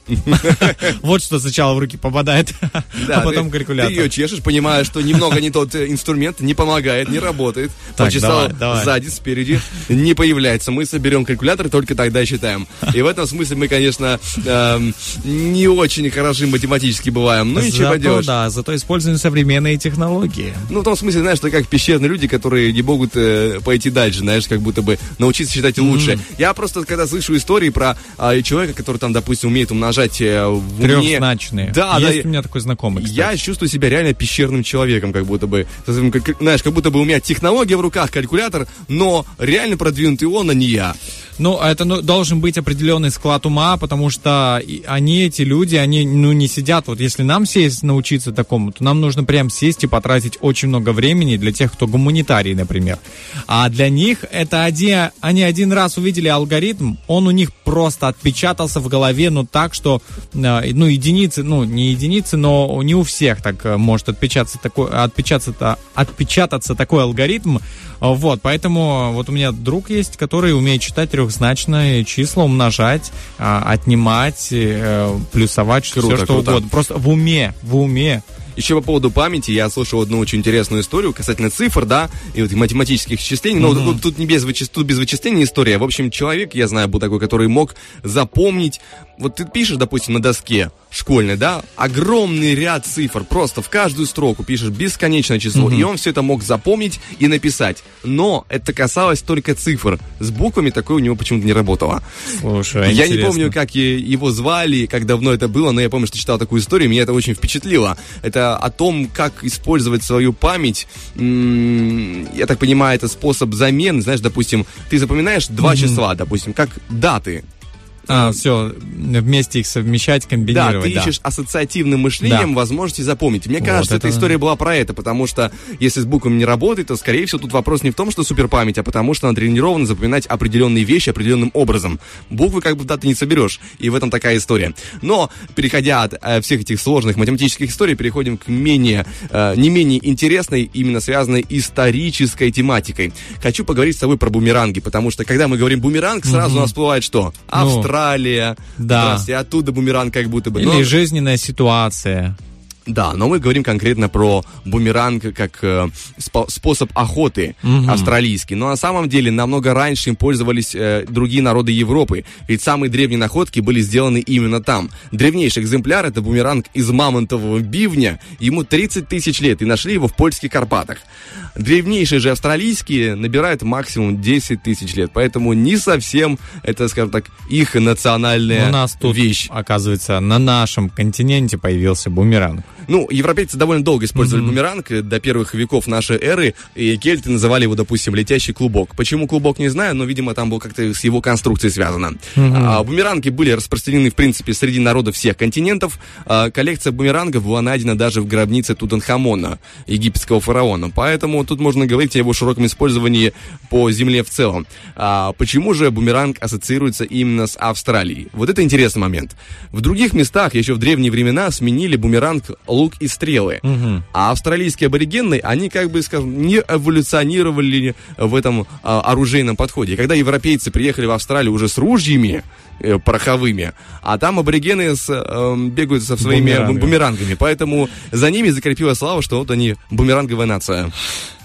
Вот что сначала в руки попадает, Да, а потом ты- калькулятор. Ты ее чешешь, понимаешь, что немного не тот э, инструмент, не помогает, не работает. Так, Почесал давай, давай. сзади, спереди, не появляется. Мы соберем калькулятор и только тогда считаем. И в этом смысле мы, конечно, эм, не очень хороши математически бываем. Ну, ничего Зато, поделаешь. да, зато используем современные технологии. Ну, в том смысле, знаешь, что как пещерные люди, которые не могут э, пойти дальше, знаешь, как будто бы научиться считать лучше. Mm. Я просто, когда слышу истории про а, человека, который там, допустим, умеет умножать э, в уме... Трехзначные. Да, Есть да. у меня такой знакомый, кстати. Я чувствую себя реально пещерным человеком, как будто бы. Как- как- Знаешь, как будто бы у меня технология в руках, калькулятор, но реально продвинутый он, а не я. Ну, это ну, должен быть определенный склад ума, потому что и они, эти люди, они, ну, не сидят. Вот если нам сесть, научиться такому, то нам нужно прям сесть и потратить очень много времени для тех, кто гуманитарий, например. А для них это один, они один раз увидели алгоритм, он у них просто отпечатался в голове, ну, так, что, э, ну, единицы, ну, не единицы, но не у всех так э, может отпечататься такой, отпечататься, отпечататься такой алгоритм. Вот, поэтому вот у меня друг есть, который умеет читать трехзначные числа, умножать, а, отнимать, э, плюсовать, Круто, все что круто. угодно. Просто в уме, в уме. Еще по поводу памяти, я слышал одну очень интересную историю касательно цифр, да, и вот математических исчислений. Но Мгм. тут, тут не без, вычис- тут без вычисления история. В общем, человек, я знаю, был такой, который мог запомнить. Вот ты пишешь, допустим, на доске школьной, да, огромный ряд цифр, просто в каждую строку пишешь бесконечное число, Мгм. и он все это мог запомнить и написать. Но это касалось только цифр. С буквами такое у него почему-то не работало. Слушай, Я не интересно. помню, как е- его звали, как давно это было, но я помню, что читал такую историю, меня это очень впечатлило. Это о том, как использовать свою память. М, Я так понимаю, это способ замены. Знаешь, допустим, ты запоминаешь два Мгм. числа, допустим, как даты. А, все, вместе их совмещать, Да, комбинировать. ты ищешь ассоциативным мышлением Да. возможности запомнить. Мне Вот кажется, это- эта история была про это, потому что если с буквами не работает, то, скорее всего, тут вопрос не в том, что суперпамять, а потому что она тренирована запоминать определенные вещи определенным образом. Буквы как бы да, ты не соберешь, и в этом такая история. Но, переходя от э, всех этих сложных математических историй, переходим к менее, э, не менее интересной, именно связанной исторической тематикой. Хочу поговорить с тобой про бумеранги, потому что, когда мы говорим бумеранг, сразу Мгм. у нас всплывает что? Ну, Австралия. да. Здравствуйте, оттуда бумеранг как будто бы. Или Но- жизненная ситуация. Да, но мы говорим конкретно про бумеранг как э, спо- способ охоты Мгм. австралийский. Но на самом деле намного раньше им пользовались э, другие народы Европы. Ведь самые древние находки были сделаны именно там. Древнейший экземпляр — это бумеранг из мамонтового бивня. Ему тридцать тысяч лет, и нашли его в польских Карпатах. Древнейшие же австралийские набирают максимум десять тысяч лет. Поэтому не совсем это, скажем так, их национальная У нас тут, вещь. оказывается, на нашем континенте появился бумеранг. Ну, европейцы довольно долго использовали Мгм. бумеранг, э, до первых веков нашей эры, и кельты называли его, допустим, летящий клубок. Почему клубок, не знаю, но, видимо, там было как-то с его конструкцией связано. Мгм. А, бумеранги были распространены, в принципе, среди народов всех континентов. А, коллекция бумерангов была найдена даже в гробнице Тутанхамона, египетского фараона. Поэтому тут можно говорить о его широком использовании по земле в целом. А, почему же бумеранг ассоциируется именно с Австралией? Вот это интересный момент. В других местах еще в древние времена сменили бумеранг лук и стрелы. Мгм. А австралийские аборигены, они, как бы, скажем, не эволюционировали в этом а, оружейном подходе. И когда европейцы приехали в Австралию уже с ружьями э, пороховыми, а там аборигены с, эм, бегают со своими Бумерангами. бумерангами. Поэтому за ними закрепилась слава, что вот они бумеранговая нация.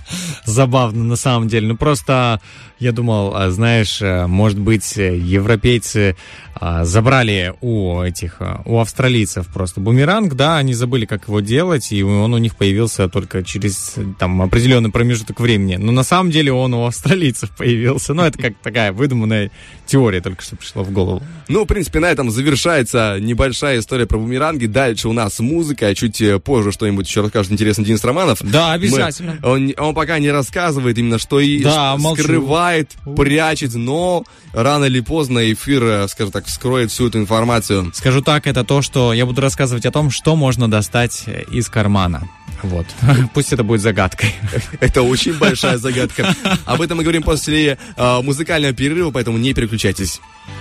Забавно, на самом деле. Ну, просто я думал, знаешь, может быть, европейцы забрали у этих, у австралийцев просто бумеранг, да, они забыли, как его делать, и он у них появился только через, там, определенный промежуток времени. Но на самом деле он у австралийцев появился. Ну, это как такая выдуманная теория только что пришла в голову. Ну, в принципе, на этом завершается небольшая история про бумеранги. Дальше у нас музыка, а чуть позже что-нибудь еще расскажет интересный Денис Романов. Да, обязательно. Мы, он, он пока не рассказывает именно, что и да, скрывает, молчу. прячет, но рано или поздно эфир, скажем так, вскроет всю эту информацию. Скажу так, это то, что я буду рассказывать о том, что можно достать из кармана. Вот. Пусть это будет загадкой. Это очень большая загадка. Об этом мы говорим после э, музыкального перерыва, поэтому не переключайтесь.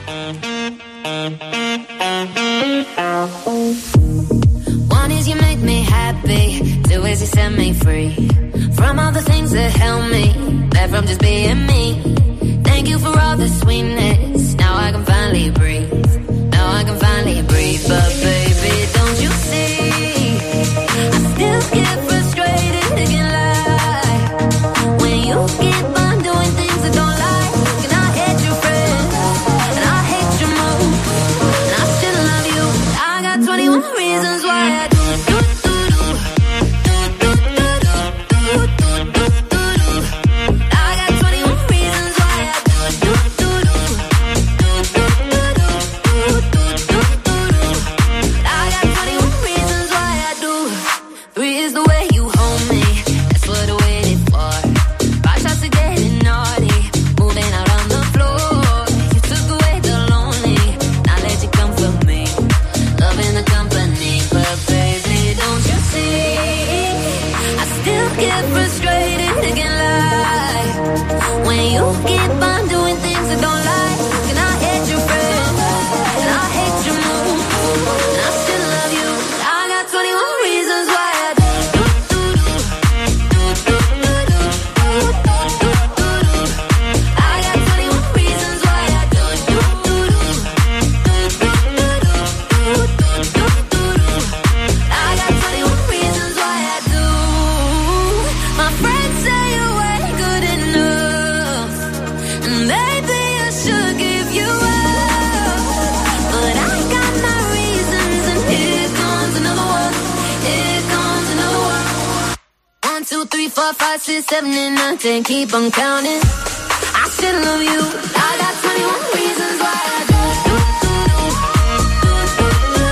One is you make me happy, two is you set me free from all the things that held me back from just being me. Thank you for all the sweetness. Now I can finally breathe. Now I can finally breathe. But baby, don't you see? I still get frustrated, thinking lie when you keep on doing things that don't like. And I hate your friends, and I hate your moves, and I still love you. I got twenty-one reasons why I do do do do do do do do do do do. I got twenty-one reasons why I do do do do do do do do do do. I got twenty-one reasons why I do. Three is the way you hold me. That's what I waited for. Five shots a day and naughty, moving out on the floor. You took away the lonely, now let you comfort me. Loving the company, but baby, don't you see? I still get frustrated, thinking lie when you keep on doing things I don't like. And I hate your friends, and I hate your moves, and I still love you. I got twenty-one reasons why I do do do do do do do do do do. I got twenty-one reasons why I do do do do do do do do do do. I got twenty-one reasons why I do. My friends say you ain't good enough, and maybe I should give you up, but I got my reasons, and here comes another one. Here comes another one. One, two, three, four, five, six, seven, and nine, ten. Keep on counting. I still love you. I got twenty-one reasons why I do do do do do do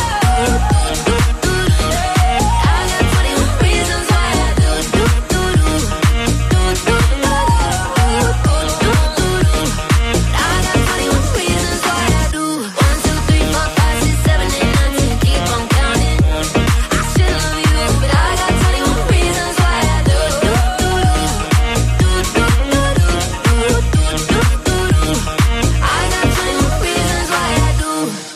do do do. I got twenty-one reasons why I do do do do do do do do do. I got twenty-one reasons why I do. One, two, three, four, five, six, seven, eight, nine, ten. Keep on counting. I still love you, but I got twenty-one reasons why I do do do do do do do do do do. I got twenty-one reasons why I do.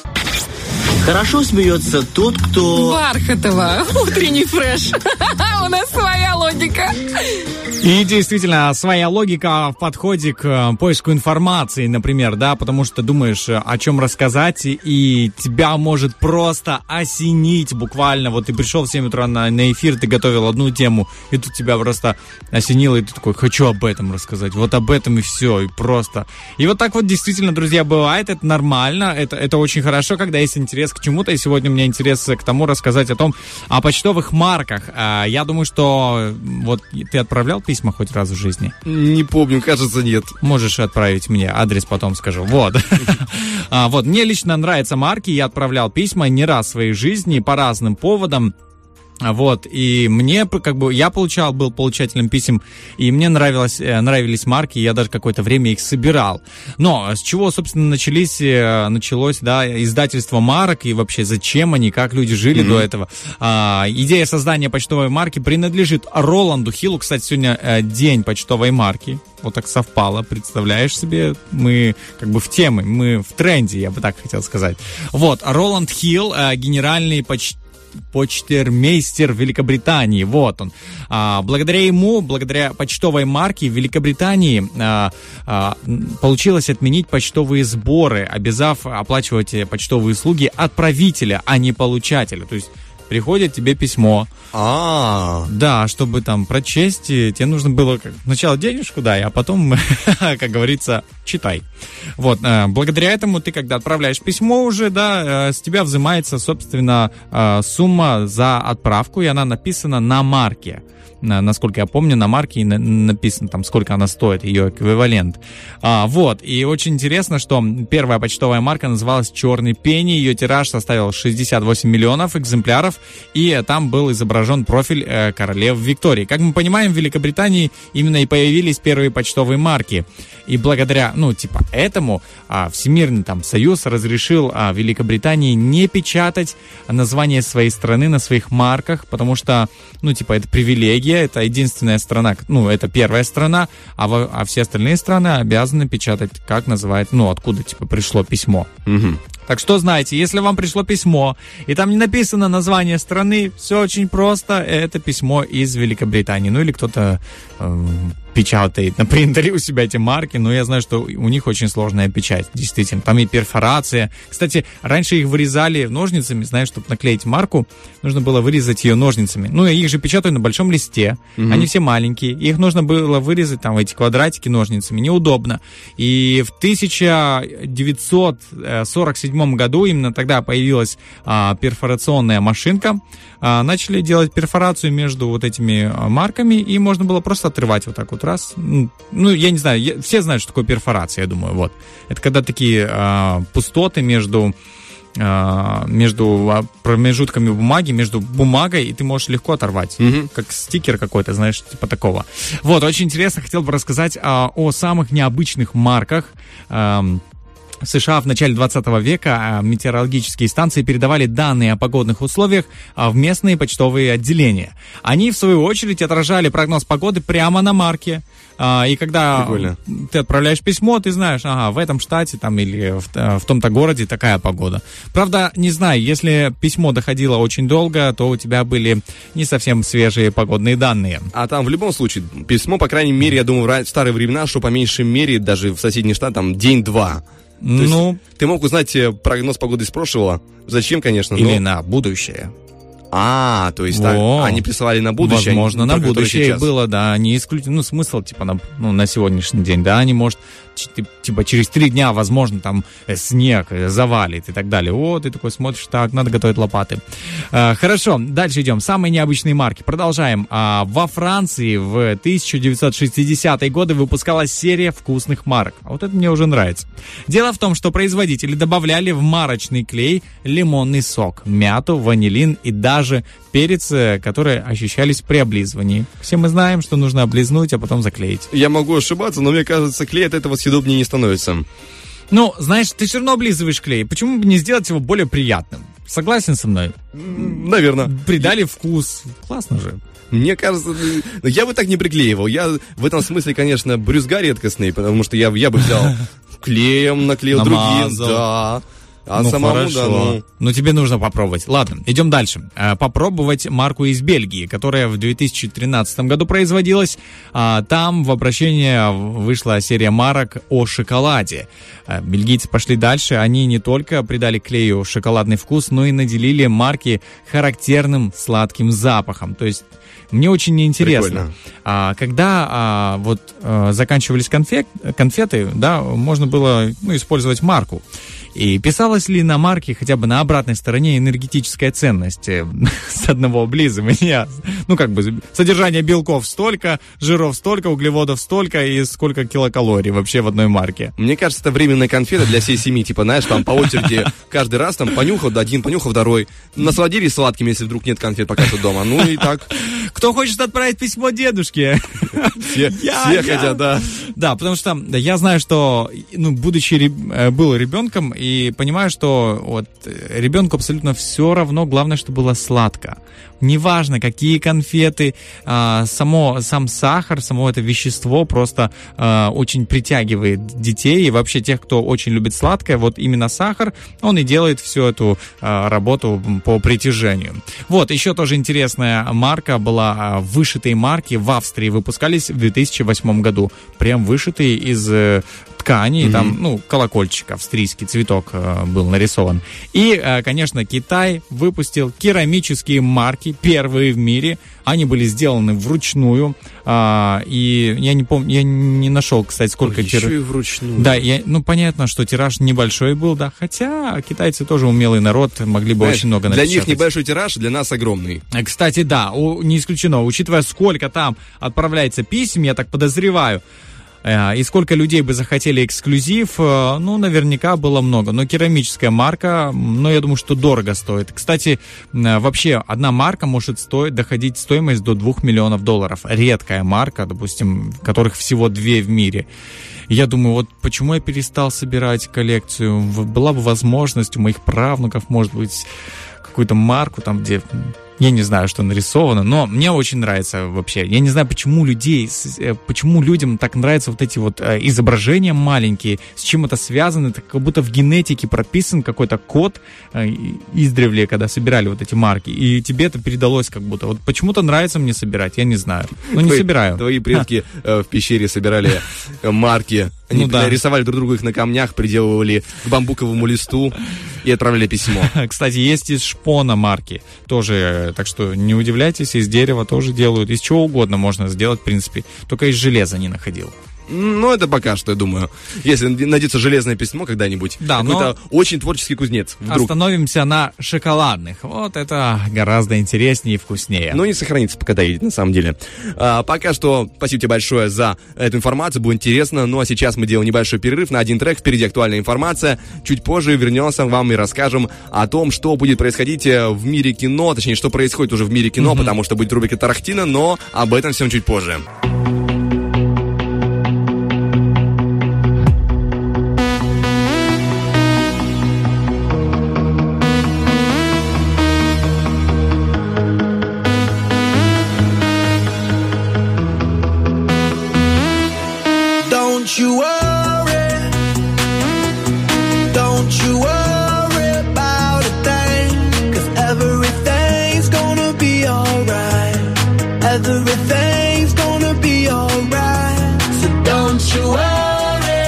Хорошо смеется тот, кто... Бархатова. Утренний фреш. У нас своя логика. И действительно, своя логика в подходе к поиску информации, например, да, потому что думаешь, о чем рассказать, и тебя может просто осенить буквально. Вот ты пришел в семь утра на, на эфир, ты готовил одну тему, и тут тебя просто осенило, и ты такой, хочу об этом рассказать, вот об этом и все, и просто. И вот так вот действительно, друзья, бывает, это нормально, это, это очень хорошо, когда есть интерес к чему-то, и сегодня у меня интерес к тому рассказать о том, о почтовых марках. Я думаю, что вот ты отправлял письма хоть раз в жизни? Не помню, кажется, нет. Можешь отправить мне, адрес потом скажу. Вот. а, вот, мне лично нравятся марки, я отправлял письма не раз в своей жизни по разным поводам. Вот, и мне, как бы, я получал, был получателем писем, и мне нравилось, нравились марки, я даже какое-то время их собирал. Но с чего, собственно, начались, началось, да, издательство марок, и вообще зачем они, как люди жили mm-hmm. до этого. А, идея создания почтовой марки принадлежит Роланду Хиллу. Кстати, сегодня день почтовой марки. Вот так совпало, представляешь себе, мы как бы в теме, мы в тренде, я бы так хотел сказать. Вот, Роланд Хилл, генеральный почтовый почтермейстер Великобритании, вот он. А, благодаря ему, благодаря почтовой марке в Великобритании а, а, получилось отменить почтовые сборы, обязав оплачивать почтовые услуги отправителя, а не получателя. То есть приходит тебе письмо. А, Да, чтобы там прочесть, и тебе нужно было как, сначала денежку дай, а потом, как говорится, читай. Вот, э, благодаря этому ты, когда отправляешь письмо уже, да, э, с тебя взимается, собственно, э, сумма за отправку, и она написана на марке. На- Насколько я помню, на марке и на- написано там, сколько она стоит, ее эквивалент. А, вот, и очень интересно, что первая почтовая марка называлась «Черный пенни», ее тираж составил шестьдесят восемь миллионов экземпляров, и там был изображен профиль э, королевы Виктории. Как мы понимаем, в Великобритании именно и появились первые почтовые марки. И благодаря, ну, типа, этому а, Всемирный там союз разрешил а, Великобритании не печатать название своей страны на своих марках, потому что, ну, типа, это привилегия, это единственная страна, ну, это первая страна, а, во- а все остальные страны обязаны печатать, как называют, ну, откуда, типа, пришло письмо. мгм. Так что знаете, если вам пришло письмо, и там не написано название страны, все очень просто, это письмо из Великобритании. Ну или кто-то э, печатает на принтере у себя эти марки, но я знаю, что у них очень сложная печать, действительно. Там и перфорация. Кстати, раньше их вырезали ножницами, знаешь, чтобы наклеить марку, нужно было вырезать ее ножницами. Ну, и их же печатают на большом листе, они все маленькие, их нужно было вырезать, там, эти квадратики ножницами, неудобно. И в тысяча девятьсот сорок седьмом году, именно тогда появилась а, перфорационная машинка, а, начали делать перфорацию между вот этими а, марками, и можно было просто отрывать вот так вот раз. Ну, я не знаю, я- все знают, что такое перфорация, я думаю, вот. Это когда такие а, пустоты между а, между а, промежутками бумаги, между бумагой, и ты можешь легко оторвать. Мгм. Как стикер какой-то, знаешь, типа такого. Вот, очень интересно, хотел бы рассказать а, о самых необычных марках. Ам, В США в начале двадцатого века а, метеорологические станции передавали данные о погодных условиях а, в местные почтовые отделения. Они, в свою очередь, отражали прогноз погоды прямо на марке. А, И когда Прикольно. ты отправляешь письмо, ты знаешь, ага, в этом штате там или в, э, в том-то городе такая погода. Правда, не знаю, если письмо доходило очень долго, то у тебя были не совсем свежие погодные данные. А там в любом случае письмо, по крайней мере, я думаю, в ра- в старые времена, что по меньшей мере, даже в соседний штат, там день-два. То есть Ну, ты мог узнать э, прогноз погоды из прошлого. Зачем, конечно, но... или на будущее. А, то есть так, Во. они присылали на будущее. Возможно, а не на про который будущее сейчас. было, да, не исключено. Ну, смысл, типа, на, ну, на сегодняшний день, да, они, может, ч- типа, через три дня, возможно, там э, снег э, завалит и так далее. О, ты такой смотришь, так, надо готовить лопаты. Э, хорошо, дальше идем. Самые необычные марки. Продолжаем. А, во Франции в тысяча девятьсот шестидесятые годы выпускалась серия вкусных марок. А вот это мне уже нравится. Дело в том, что производители добавляли в марочный клей лимонный сок, мяту, ванилин и даже перец, э, которые ощущались при облизывании. Все мы знаем, что нужно облизнуть, а потом заклеить. Я могу ошибаться, но мне кажется, клей от этого съедобнее не становится. Ну, знаешь, ты все равно облизываешь клей. Почему бы не сделать его более приятным? Согласен со мной? Наверное. Придали вкус. Классно же. Мне кажется, ну, я бы так не приклеивал. Я в этом смысле, конечно, брюзга редкостный, потому что я, я бы взял клеем, наклеил другим. Намазал. Да. А Ну, самому, хорошо. да, ну... Ну, тебе нужно попробовать. Ладно, идем дальше. Э, Попробовать марку из Бельгии, которая в две тысячи тринадцатом году производилась. А, Там в обращение вышла серия марок о шоколаде. Э, Бельгийцы пошли дальше. Они не только придали клею шоколадный вкус, но и наделили марки характерным сладким запахом. То есть мне очень интересно, Прикольно. а, когда а, вот а, заканчивались конфет, конфеты, да, можно было, ну, использовать марку. И писалось ли на марке хотя бы на обратной стороне энергетическая ценность э, с одного облизывания? Ну, как бы, содержание белков столько, жиров столько, углеводов столько и сколько килокалорий вообще в одной марке. Мне кажется, это временная конфета для всей семьи. Типа, знаешь, там по очереди каждый раз там понюхал один, понюхал второй. Насладились сладким, если вдруг нет конфет пока что дома. Ну и так. Кто хочет отправить письмо дедушке? Все, Я, все я. хотят, да. Да, потому что да, я знаю, что, ну, будучи реб- э, был ребенком, и понимаю, что вот э, ребенку абсолютно все равно, главное, что было сладко. Неважно, какие конфеты, а, само, сам сахар, само это вещество просто а, очень притягивает детей и вообще тех, кто очень любит сладкое. Вот именно сахар, он и делает всю эту а, работу по притяжению. Вот, еще тоже интересная марка была, а, вышитые марки в Австрии выпускались в две тысячи восьмом году. Прям вышитые из э, ткани, Mm-hmm. там, ну, колокольчик, австрийский цветок э, был нарисован. И, э, конечно, Китай выпустил керамические марки, первые в мире. Они были сделаны вручную. Э, и я не помню, я не нашел, кстати, сколько... Ой, тир... еще и вручную. Да, я, ну, понятно, что тираж небольшой был, да. Хотя китайцы тоже умелый народ, могли бы Знаешь, очень много для напечатать. них небольшой тираж, для нас огромный. Кстати, да, у, не исключено, учитывая, сколько там отправляется писем, я так подозреваю, э, и сколько людей бы захотели эксклюзив, э, ну, наверняка было много. Но керамическая марка, ну, я думаю, что дорого стоит. Кстати, э, вообще, одна марка может стоить, доходить стоимость до двух миллионов долларов. Редкая марка, допустим, которых всего две в мире. Я думаю, вот почему я перестал собирать коллекцию? Была бы возможность у моих правнуков, может быть, какую-то марку там, где... Я не знаю, что нарисовано, но мне очень нравится вообще. Я не знаю, почему людей, почему людям так нравятся вот эти вот изображения маленькие, с чем это связано. Это как будто в генетике прописан какой-то код издревле, когда собирали вот эти марки. И тебе это передалось как будто. Вот почему-то нравится мне собирать, я не знаю. Но не Твои, собираю. Твои предки э, в пещере собирали э, марки. Они Ну да. рисовали друг другу их на камнях, приделывали к бамбуковому листу и отправляли письмо. Кстати, есть из шпона марки тоже, так что не удивляйтесь, из дерева тоже делают, из чего угодно можно сделать, в принципе, только из железа не находил. Ну, это пока что, я думаю. Если найдется железное письмо когда-нибудь, Да, какой-то но... очень творческий кузнец вдруг. Остановимся на шоколадных. Вот это гораздо интереснее и вкуснее. Но не сохранится, пока доедет, на самом деле. А, пока что спасибо тебе большое за эту информацию, было интересно. Ну, а сейчас мы делаем небольшой перерыв на один трек. Впереди актуальная информация. Чуть позже вернемся к вам и расскажем о том, что будет происходить в мире кино. Точнее, что происходит уже в мире кино, mm-hmm. потому что будет рубрика Тарахтина, но об этом всем чуть позже. Don't you worry, don't you worry about a thing, 'cause everything's gonna be alright, everything's gonna be alright, so don't you worry,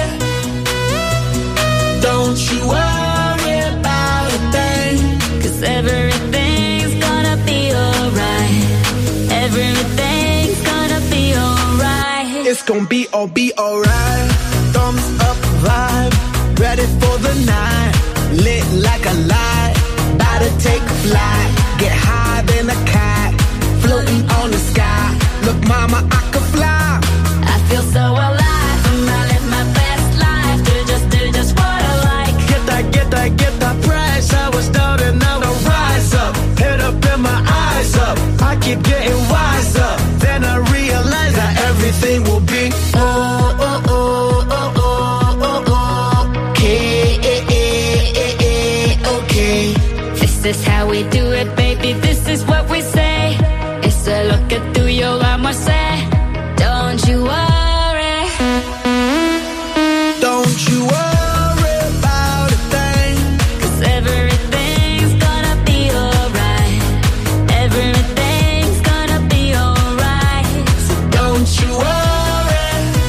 don't you worry about a thing, 'cause everything's gonna be alright, everything's gonna be alright, it's gonna be all be alright. Thumbs up vibe, ready for the night, lit like a light, about to take a flight, get high than a cat, floating on the sky, look mama I could fly, I feel so alive, and I live my best life, do just, do just what I like, get that, get that, get that price, I was down and now I rise up, head up and my eyes up, I keep getting wiser, then I realize that everything will be oh, oh, oh, oh, oh, oh, oh, okay, okay. This is how we do it, baby, this is what we say. It's a look at tuyo, vamos a say. Don't you worry, don't you worry about a thing, 'cause everything's gonna be alright, everything's gonna be alright, so don't you worry,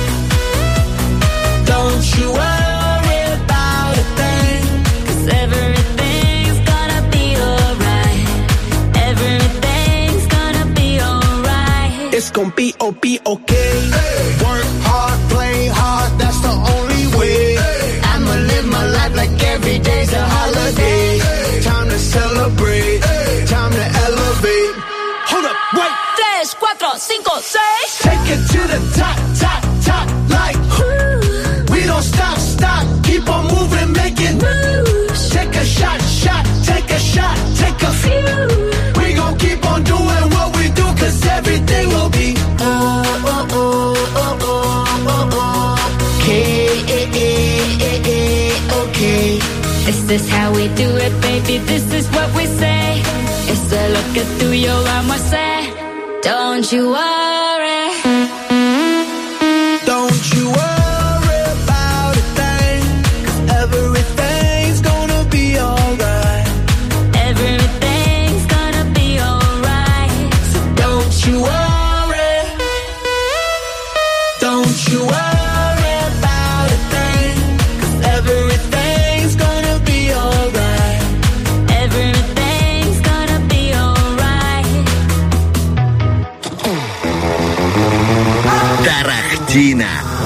don't you worry about a thing, 'cause everything's gonna be alright, everything's gonna be alright, it's gonna be oh be okay, hey. Work hard, play hard, that's the only way, hey. I'ma live my life like every day's a holiday, hey. Time to celebrate, hey. Time to elevate, hold up, wait, tres, cuatro, cinco, seis. take it to the top, top, top, like ooh. We don't stop, stop, keep on moving, making moves, take a shot, shot, take a shot, take a few, we gon' keep on doing what we do, 'cause everything will be oh, oh, oh, oh, oh, oh, oh. Okay, okay. This is how we do it, baby, this is what we say. It's a look at tuyo, vamos a say. Don't you worry, don't you worry about a thing, 'cause everything's gonna be alright, everything's gonna be alright, so don't you worry, don't you worry about a thing,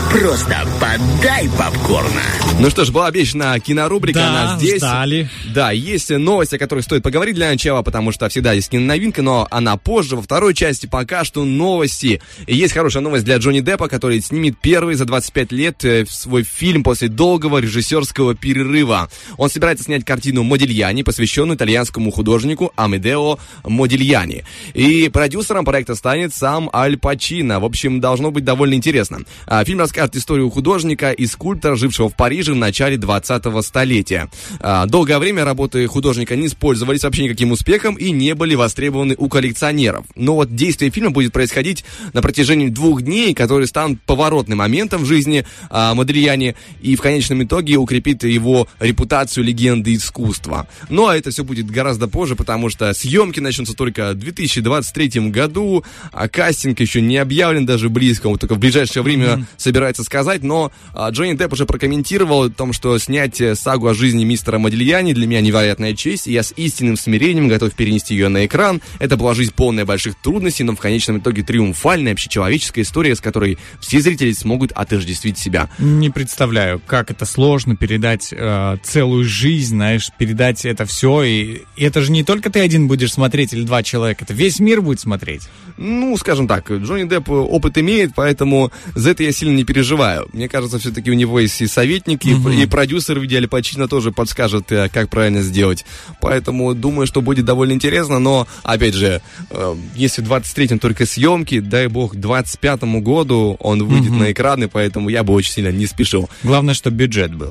Просто подай попкорна. Ну что ж, была обещана кинорубрика, Да, она здесь. ждали. Да, есть новость, о которой стоит поговорить для начала, потому что всегда есть киноновинка, но она позже. Во второй части пока что новости. И есть хорошая новость для Джонни Деппа, который снимет первый за двадцать пять лет свой фильм после долгого режиссерского перерыва. Он собирается снять картину «Модильяни», посвященную итальянскому художнику Амедео Модильяни. И продюсером проекта станет сам Аль Пачино. В общем, должно быть довольно интересно. Фильм расскажет историю художника и скульптора, жившего в Париже в начале двадцатого столетия. Долгое время работы художника не использовались вообще никаким успехом и не были востребованы у коллекционеров. Но вот действие фильма будет происходить на протяжении двух дней, которые станут поворотным моментом в жизни а, Модильяни и в конечном итоге укрепит его репутацию легенды искусства. Ну а это все будет гораздо позже, потому что съемки начнутся только в две тысячи двадцать третьем году, а кастинг еще не объявлен даже близко, вот только в ближайшее время mm-hmm. собирается сказать, но а, Джонни Депп уже прокомментировал о том, что снять сагу о жизни мистера Модильяни для меня невероятная честь, и я с истинным смирением готов перенести ее на экран. Это была жизнь полная больших трудностей, но в конечном итоге триумфальная общечеловеческая история, с которой все зрители смогут отождествить себя. Не представляю, как это сложно передать э, целую жизнь, знаешь, передать это все, и, и это же не только ты один будешь смотреть или два человека, это весь мир будет смотреть. Ну, скажем так, Джонни Депп опыт имеет, поэтому за это я сильно не переживаю. Мне кажется, все-таки у него есть и советники, угу. и, и продюсер в виде Аль Пачино тоже подскажет, как правильно сделать. Поэтому думаю, что будет довольно интересно, но, опять же, если в двадцать третьем только съемки, дай бог, к двадцать пятому году он выйдет угу. на экраны, поэтому я бы очень сильно не спешил. Главное, чтобы бюджет был.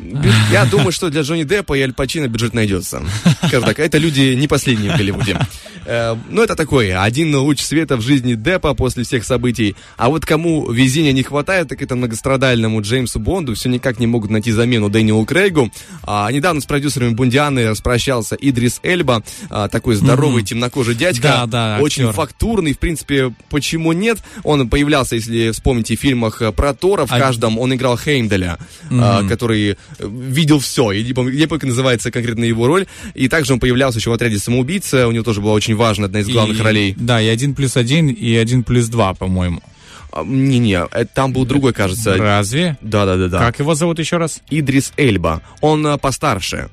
Я думаю, что для Джонни Деппа и Аль Пачино бюджет найдется. Скажем так, это люди не последние в Голливуде. Ну, это такой один луч света в жизни Деппа после всех событий. А вот кому везения не хватает, так это многострадальному Джеймсу Бонду. Все никак не могут найти замену Дэниелу Крейгу. А, недавно с продюсерами Бондианы распрощался Идрис Эльба, а, такой здоровый mm-hmm. темнокожий дядька, да, да, очень актер. фактурный. В принципе, почему нет? Он появлялся, если вспомните, в фильмах про Тора. В а... каждом он играл Хеймдаля, mm-hmm. а, который видел все. Я не помню, как называется конкретно его роль. И также он появлялся еще в «Отряде самоубийц». У него тоже была очень важная, одна из главных и, ролей. Да, и один плюс один, и один плюс два, по-моему. Не-не, там был другой, кажется. Разве? Да-да-да. Как его зовут еще раз? Идрис Эльба. Он а, постарше.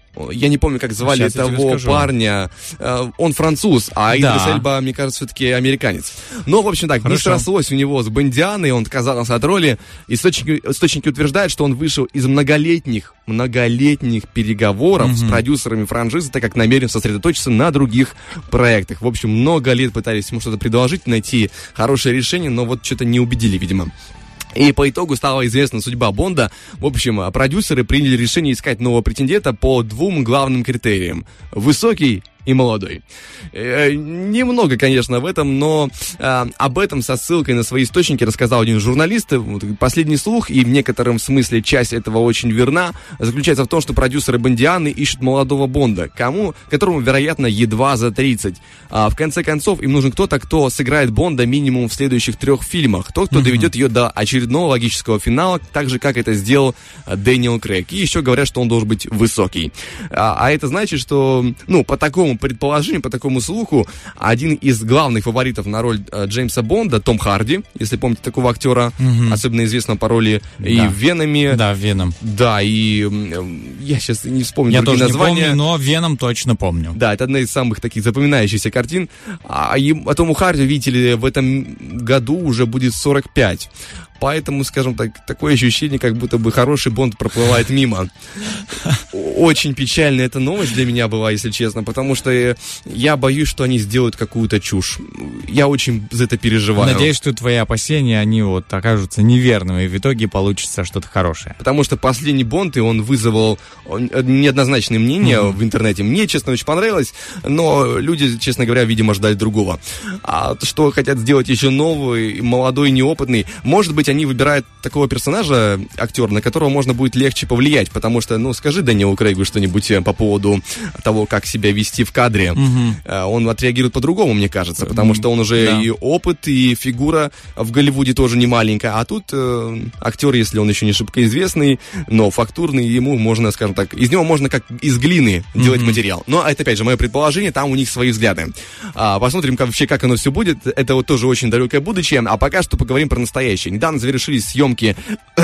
Я не помню, как звали Сейчас того парня. Он француз, а Идрис да. Эльба, мне кажется, все-таки американец. Но, в общем так, Хорошо. не срослось у него с Бондианой, он отказался от роли. Источники, источники утверждают, что он вышел из многолетних, многолетних переговоров mm-hmm. с продюсерами франшизы, так как намерен сосредоточиться на других проектах. В общем, много лет пытались ему что-то предложить, найти хорошее решение, но вот что-то не убедили, видимо. И по итогу стала известна судьба Бонда. В общем, продюсеры приняли решение искать нового претендента по двум главным критериям. Высокий и молодой. Э, немного, конечно, в этом, но э, об этом со ссылкой на свои источники рассказал один журналист. Последний слух, и в некотором смысле часть этого очень верна, заключается в том, что продюсеры Бондианы ищут молодого Бонда, кому, которому, вероятно, едва за тридцать. А в конце концов, им нужен кто-то, кто сыграет Бонда минимум в следующих трех фильмах. Тот, кто mm-hmm. доведет ее до очередного логического финала, так же, как это сделал Дэниел Крейг. И еще говорят, что он должен быть высокий. А, а это значит, что, ну, по такому предположению, по такому слуху, один из главных фаворитов на роль э, Джеймса Бонда, Том Харди, если помните такого актера, mm-hmm. особенно известного по роли да. и в «Веноме». Да, в «Веном». Да, и э, я сейчас не вспомню я другие тоже названия. Не помню, но «Веном» точно помню. Да, это одна из самых таких запоминающихся картин. А, и, а Тому Харди, видите ли, в этом году уже будет сорок пять. Поэтому, скажем так, такое ощущение, как будто бы хороший Бонд проплывает мимо. Очень печальная эта новость для меня была, если честно, потому что я боюсь, что они сделают какую-то чушь. Я очень за это переживаю. Надеюсь, что твои опасения, они вот окажутся неверными, и в итоге получится что-то хорошее. Потому что последний Бонд, и он вызвал неоднозначное мнение mm-hmm. в интернете. Мне, честно, очень понравилось, но люди, честно говоря, видимо, ждали другого. А что хотят сделать еще новый, молодой, неопытный, может быть, они выбирают такого персонажа, актера, на которого можно будет легче повлиять, потому что, ну, скажи Дэниелу Крейгу что-нибудь по поводу того, как себя вести в кадре. Угу. Он отреагирует по-другому, мне кажется, потому что он уже да. и опыт, и фигура в Голливуде тоже не маленькая, а тут э, актер, если он еще не шибко известный, но фактурный, ему можно, скажем так, из него можно как из глины угу. делать материал. Но это, опять же, мое предположение, там у них свои взгляды. А, посмотрим как, вообще, как оно все будет. Это вот тоже очень далекое будущее, а пока что поговорим про настоящее. Недавно недавно завершились съемки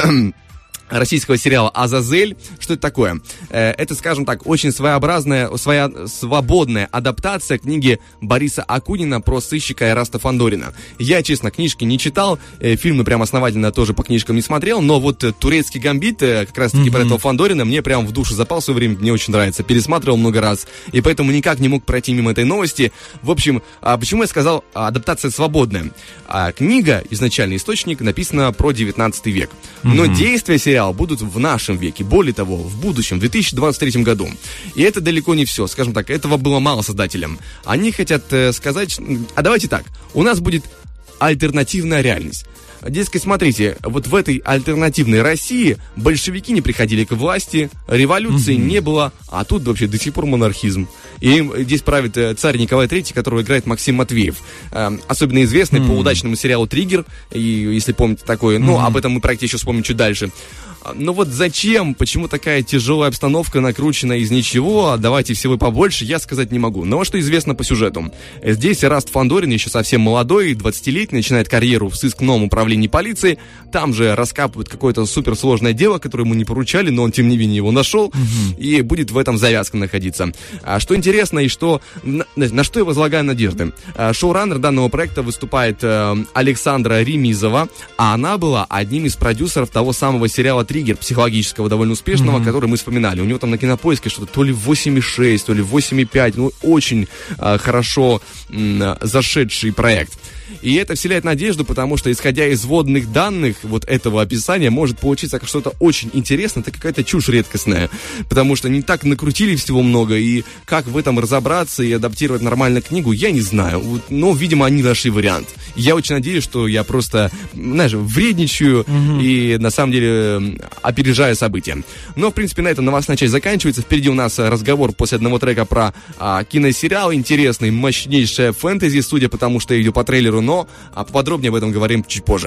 российского сериала «Азазель». Что это такое? Это, скажем так, очень своеобразная, своя, свободная адаптация книги Бориса Акунина про сыщика Эраста Фандорина. Я, честно, книжки не читал, фильмы прям основательно тоже по книжкам не смотрел, но вот «Турецкий гамбит», как раз-таки mm-hmm. про этого Фандорина, мне прям в душу запал в свое время, мне очень нравится. Пересматривал много раз, и поэтому никак не мог пройти мимо этой новости. В общем, почему я сказал адаптация свободная? Книга, изначальный источник, написана про девятнадцатый век. Но mm-hmm. действие сериала будут в нашем веке, более того, в будущем, в две тысячи двадцать третьем году. И это далеко не все, скажем так, этого было мало создателям. Они хотят э, сказать, а давайте так, у нас будет альтернативная реальность. Дескать, смотрите, вот в этой альтернативной России большевики не приходили к власти, революции mm-hmm. не было, а тут вообще до сих пор монархизм. И здесь правит царь Николай третий, которого играет Максим Матвеев. Э, особенно известный mm-hmm. по удачному сериалу «Триггер», и, если помните такое, mm-hmm. ну, об этом мы проекте еще вспомним чуть дальше. Но вот зачем, почему такая тяжелая обстановка накручена из ничего, давайте всего побольше, я сказать не могу. Но что известно по сюжету. Здесь Эраст Фандорин, еще совсем молодой, двадцатилетний, начинает карьеру в сыскном управлении полиции. Там же раскапывают какое-то суперсложное дело, которое ему не поручали, но он, тем не менее, его нашел. Угу. И будет в этом завязка находиться. А что интересно и что... На, на что я возлагаю надежды? Шоураннер данного проекта выступает э, Александра Ремизова, а она была одним из продюсеров того самого сериала «Триггер», психологического, довольно успешного, mm-hmm. который мы вспоминали. У него там на Кинопоиске что-то то ли восемь и шесть, то ли восемь и пять. Ну, очень э, хорошо э, зашедший проект. И это вселяет надежду, потому что, исходя из вводных данных вот этого описания, может получиться как что-то очень интересное, это какая-то чушь редкостная, потому что не так накрутили всего много, и как в этом разобраться и адаптировать нормально книгу, я не знаю, вот, но, видимо, они нашли вариант. Я очень надеюсь, что я просто, знаешь, вредничаю угу. и, на самом деле, опережаю события. Но, в принципе, на этом новостная часть заканчивается. Впереди у нас разговор после одного трека про а, киносериал интересный, мощнейшая фэнтези, судя по тому, что я видел по трейлеру, но а поподробнее об этом говорим чуть позже.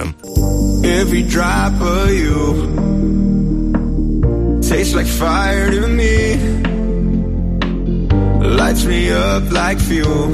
Every drop of you tastes like fire to me, lights me up like fuel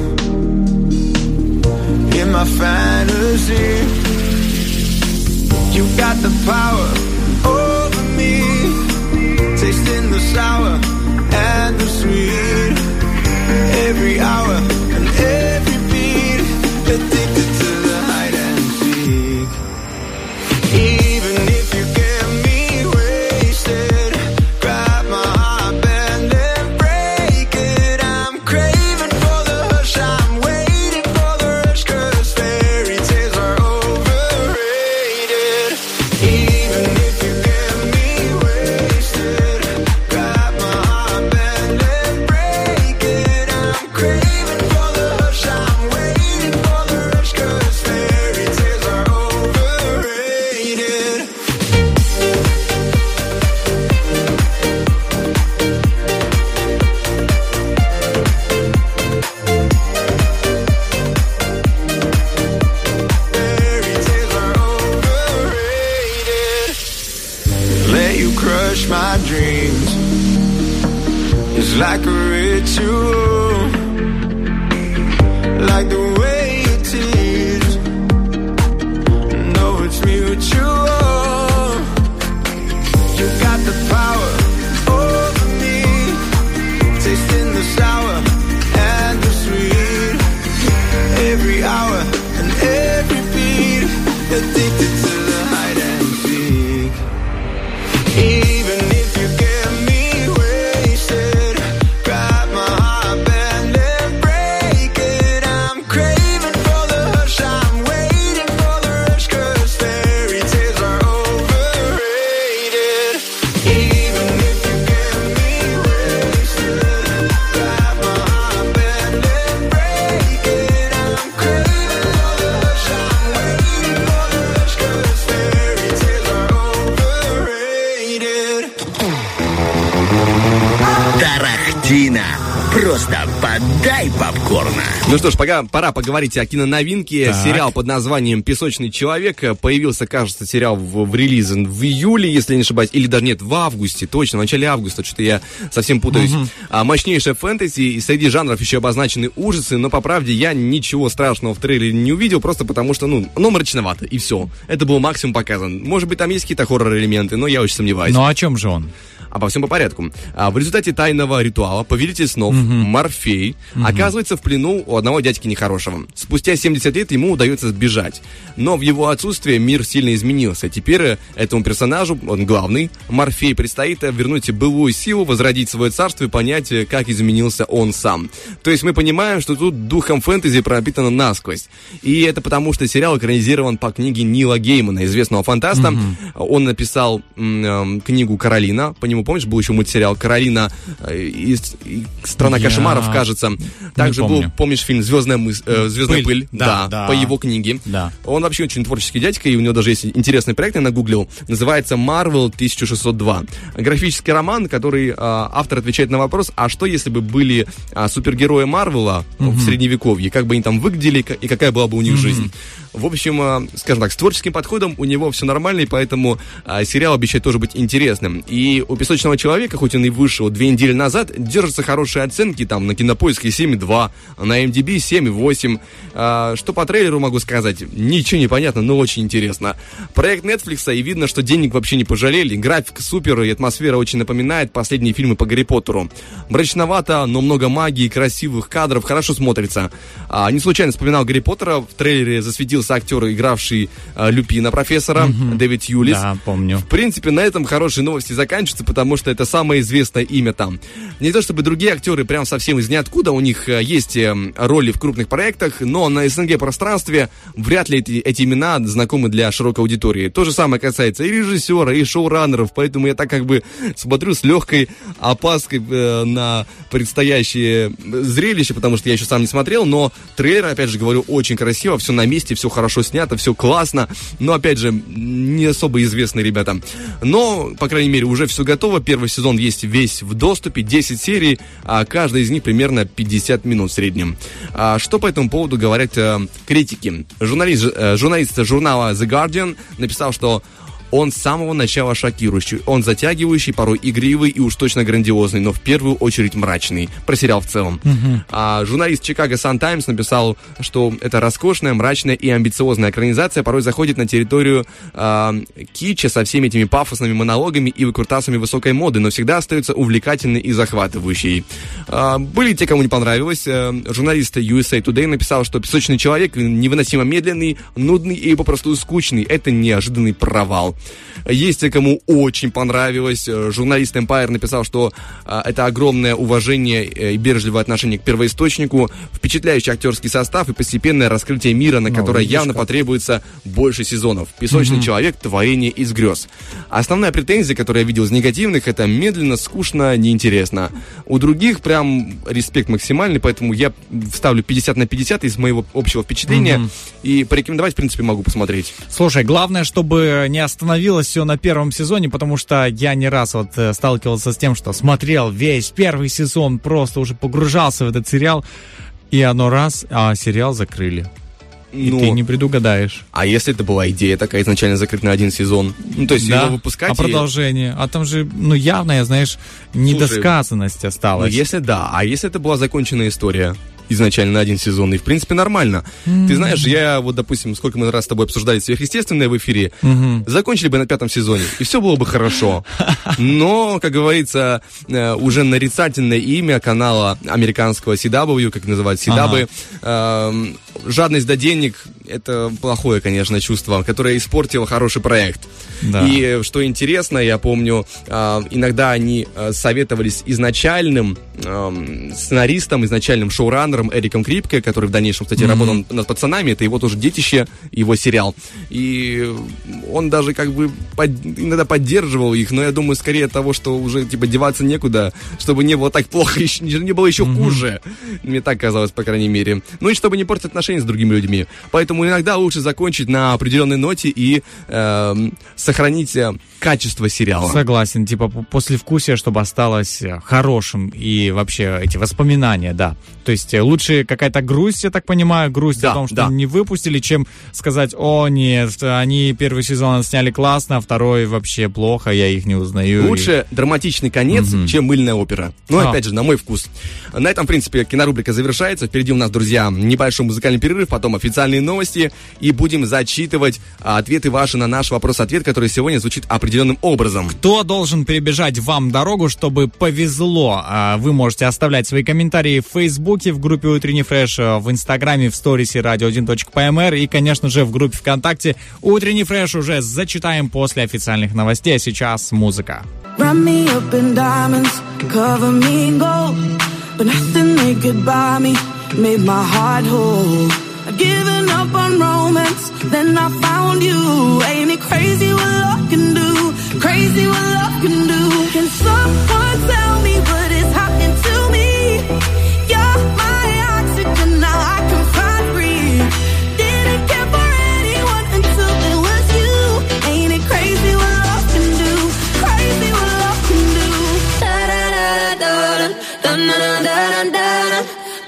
in my fantasy. You got the power over me, tasting the sour and the sweet. Every hour and every beat, addicted to the hide and seek. Even if you get me wasted, grab my heart band and break it. I'm craving for the hush, I'm waiting for the rush, 'cause fairy tales are overrated. Even if you get me wasted, grab my heart band and break it. I'm craving for the hush, I'm waiting for the rush, 'cause fairy tales are overrated. Fairy tales are overrated. Let you crush my dreams. It's like a ritual, like the way you tease. No, it's mutual. You got the power over me, tasting the sour and the sweet. Every hour and every beat, addicted to the hide and seek. Even if you get me wasted, grab my heart band and break it. I'm craving for the hush, I'm waiting for the rush, 'cause fairy tales are overrated. Even if you get me wasted, grab my heart band and break it. I'm craving for the hush, I'm waiting for the rush, 'cause fairy tales are overrated. Тарахтина. Просто подай попкорна. Ну что ж, пока, пора поговорить о киноновинке. Так. Сериал под названием «Песочный человек». Появился, кажется, сериал в, в релизе в июле, если не ошибаюсь. Или даже нет, в августе, точно, в начале августа. Что-то я совсем путаюсь. Угу. А, мощнейшая фэнтези, и среди жанров еще обозначены ужасы. Но, по правде, я ничего страшного в трейлере не увидел, просто потому что, ну, ну мрачновато, и все. Это был максимум показан. Может быть, там есть какие-то хоррор-элементы, но я очень сомневаюсь. Ну, о чем же он? Обо всем по порядку. А, в результате тайного ритуала повелитель снов uh-huh. Морфей uh-huh. оказывается в плену у одного дядьки нехорошего. Спустя семьдесят лет ему удается сбежать. Но в его отсутствие мир сильно изменился. Теперь этому персонажу, он главный, Морфей, предстоит вернуть былую силу, возродить свое царство и понять, как изменился он сам. То есть мы понимаем, что тут духом фэнтези пропитано насквозь. И это потому, что сериал экранизирован по книге Нила Геймана, известного фантаста. Uh-huh. Он написал м- м- книгу «Каролина», по нему, помнишь, был еще мультсериал «Каролина» и, и «Страна Я... кошмаров», кажется. Также был, помнишь, фильм «Звездная, мыс... э, Звездная пыль», пыль да, да, да, по его книге. Да. Он вообще очень творческий дядька, и у него даже есть интересный проект, я нагуглил, называется «Марвел тысяча шестьсот два». Графический роман, который э, автор отвечает на вопрос, а что если бы были э, супергерои Марвела mm-hmm. в Средневековье, как бы они там выглядели и какая была бы у них mm-hmm. жизнь. В общем, э, скажем так, с творческим подходом у него все нормально, и поэтому э, сериал обещает тоже быть интересным. И у «Песочного человека», хоть он и вышел две недели назад, держатся хорошие оценки, там, на Кинопоиске семь и два, на эм ди би семь и восемь. А, что по трейлеру могу сказать? Ничего не понятно, но очень интересно. Проект Netflix, и видно, что денег вообще не пожалели. Графика супер, и атмосфера очень напоминает последние фильмы по Гарри Поттеру. Мрачновато, но много магии, красивых кадров, хорошо смотрится. А, не случайно вспоминал Гарри Поттера, в трейлере засветился актер, игравший а, Люпина, профессора, mm-hmm. Дэвид Юлис. Да, помню. В принципе, на этом хорошие новости заканчиваются, потому что это самое известное имя там. Не то чтобы другие актеры прям совсем из ниоткуда, у них есть роли в крупных проектах, но на эс эн гэ пространстве вряд ли эти, эти имена знакомы для широкой аудитории. То же самое касается и режиссера, и шоураннеров, поэтому я так как бы смотрю с легкой опаской э, на предстоящее зрелище, потому что я еще сам не смотрел, но трейлер, опять же говорю, очень красиво, все на месте, все хорошо снято, все классно, но опять же не особо известные ребята. Но, по крайней мере, уже все готово. Первый сезон есть весь в доступе, десять серий, а каждая из них примерно пятьдесят минут в среднем. А что по этому поводу говорят э, критики? Журналист, э, журналист журнала The Guardian написал, что он с самого начала шокирующий, он затягивающий, порой игривый и уж точно грандиозный, но в первую очередь мрачный. Про сериал в целом. Uh-huh. А журналист Chicago Sun-Times написал, что это роскошная, мрачная и амбициозная экранизация порой заходит на территорию а, китча со всеми этими пафосными монологами и выкрутасами высокой моды, но всегда остается увлекательной и захватывающей. А, были те, кому не понравилось. А, журналист ю эс эй Today написал, что «Песочный человек» невыносимо медленный, нудный и попросту скучный. Это неожиданный провал. Есть те, кому очень понравилось. Журналист Empire написал, что а, это огромное уважение и бережливое отношение к первоисточнику, впечатляющий актерский состав и постепенное раскрытие мира, на которое ну, явно как. потребуется больше сезонов. «Песочный mm-hmm. человек» — творение из грез. Основная претензия, которую я видел из негативных, это медленно, скучно, неинтересно. У других прям респект максимальный, поэтому я вставлю пятьдесят на пятьдесят из моего общего впечатления mm-hmm. и порекомендовать, в принципе, могу посмотреть. Слушай, главное, чтобы не остановиться Остановилось все на первом сезоне, потому что я не раз вот сталкивался с тем, что смотрел весь первый сезон, просто уже погружался в этот сериал, и оно раз, а сериал закрыли. И ну, ты не предугадаешь. А если это была идея такая изначально закрыть на один сезон? Ну, то есть да, его выпускать... а продолжение? А там же, ну, явная, знаешь, недосказанность Слушай, осталась. Ну, если да, а если это была законченная история? Изначально на один сезон, и в принципе нормально. Mm-hmm. Ты знаешь, я вот, допустим, сколько мы раз с тобой обсуждали «Сверхъестественное» в эфире, mm-hmm. закончили бы на пятом сезоне, и все было бы хорошо. Но, как говорится, уже нарицательное имя канала американского си дабл ю, как называют си дабл ю, ага. э, жадность до денег — это плохое, конечно, чувство, которое испортило хороший проект. Да. И что интересно, я помню, э, иногда они э, советовались изначальным э, сценаристом, изначальным шоураннером Эриком Крипке, который в дальнейшем, кстати, mm-hmm. работал над «Пацанами», это его тоже детище, его сериал. И он даже как бы под, иногда поддерживал их, но я думаю, скорее от того, что уже типа деваться некуда, чтобы не было так плохо, не было еще mm-hmm. хуже. Мне так казалось, по крайней мере. Ну и чтобы не портить отношения с другими людьми. Поэтому иногда лучше закончить на определенной ноте и э, сохранить качество сериала. Согласен, типа послевкусие, чтобы осталось хорошим, и вообще эти воспоминания, да. То есть лучше какая-то грусть, я так понимаю, грусть да, о том, что да. не выпустили, чем сказать: о, нет, они первый сезон сняли классно, а второй вообще плохо, я их не узнаю. Лучше и... драматичный конец, угу. чем мыльная опера. Ну, а. опять же, на мой вкус. На этом, в принципе, кинорубрика завершается. Впереди у нас, друзья, небольшой музыкальный перерыв, потом официальные новости, и будем зачитывать ответы ваши на наш вопрос-ответ, который сегодня звучит определенным образом. Кто должен перебежать вам дорогу, чтобы повезло? Вы можете оставлять свои комментарии в Фейсбуке, в группе Утренний Фреш, в Инстаграме, в сторисе радио один точка пи эм эр и, конечно же, в группе ВКонтакте Утренний Фреш уже зачитаем после официальных новостей. А сейчас музыка. Wrap me up in diamonds, cover me in gold, but nothing they could buy me made my heart whole. I'd given up on romance, then I found you. Ain't it crazy what love can do? Crazy what love can do. Can someone tell me what is happening to me? You're my oxygen, now I can find breathe. Didn't care for anyone until it was you. Ain't it crazy what love can do? Crazy what love can do. Da da da da da da da da da.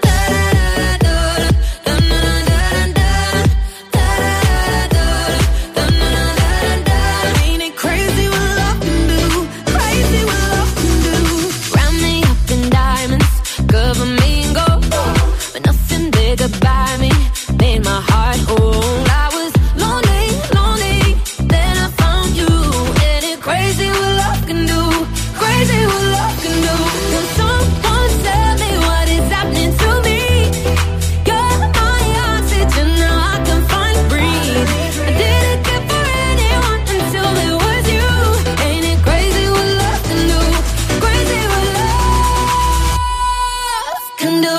By me, made my heart whole. I was lonely, lonely, then I found you. Ain't it crazy what love can do? Crazy what love can do. Can someone tell me what is happening to me? You're my oxygen, now I can finally breathe. I didn't care for anyone until it was you. Ain't it crazy what love can do? Crazy what love can do.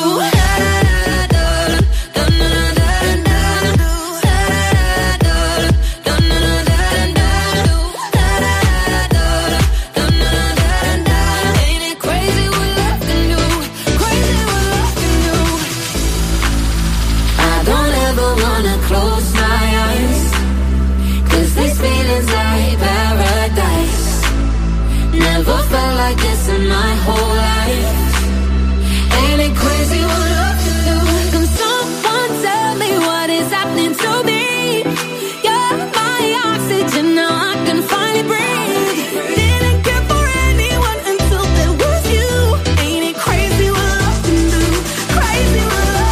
Never felt like this in my whole life. Ain't it crazy what love can do? Can someone tell me what is happening to me? You're my oxygen, now I can finally breathe. Didn't care for anyone until there was you. Ain't it crazy what love can do? Crazy what love.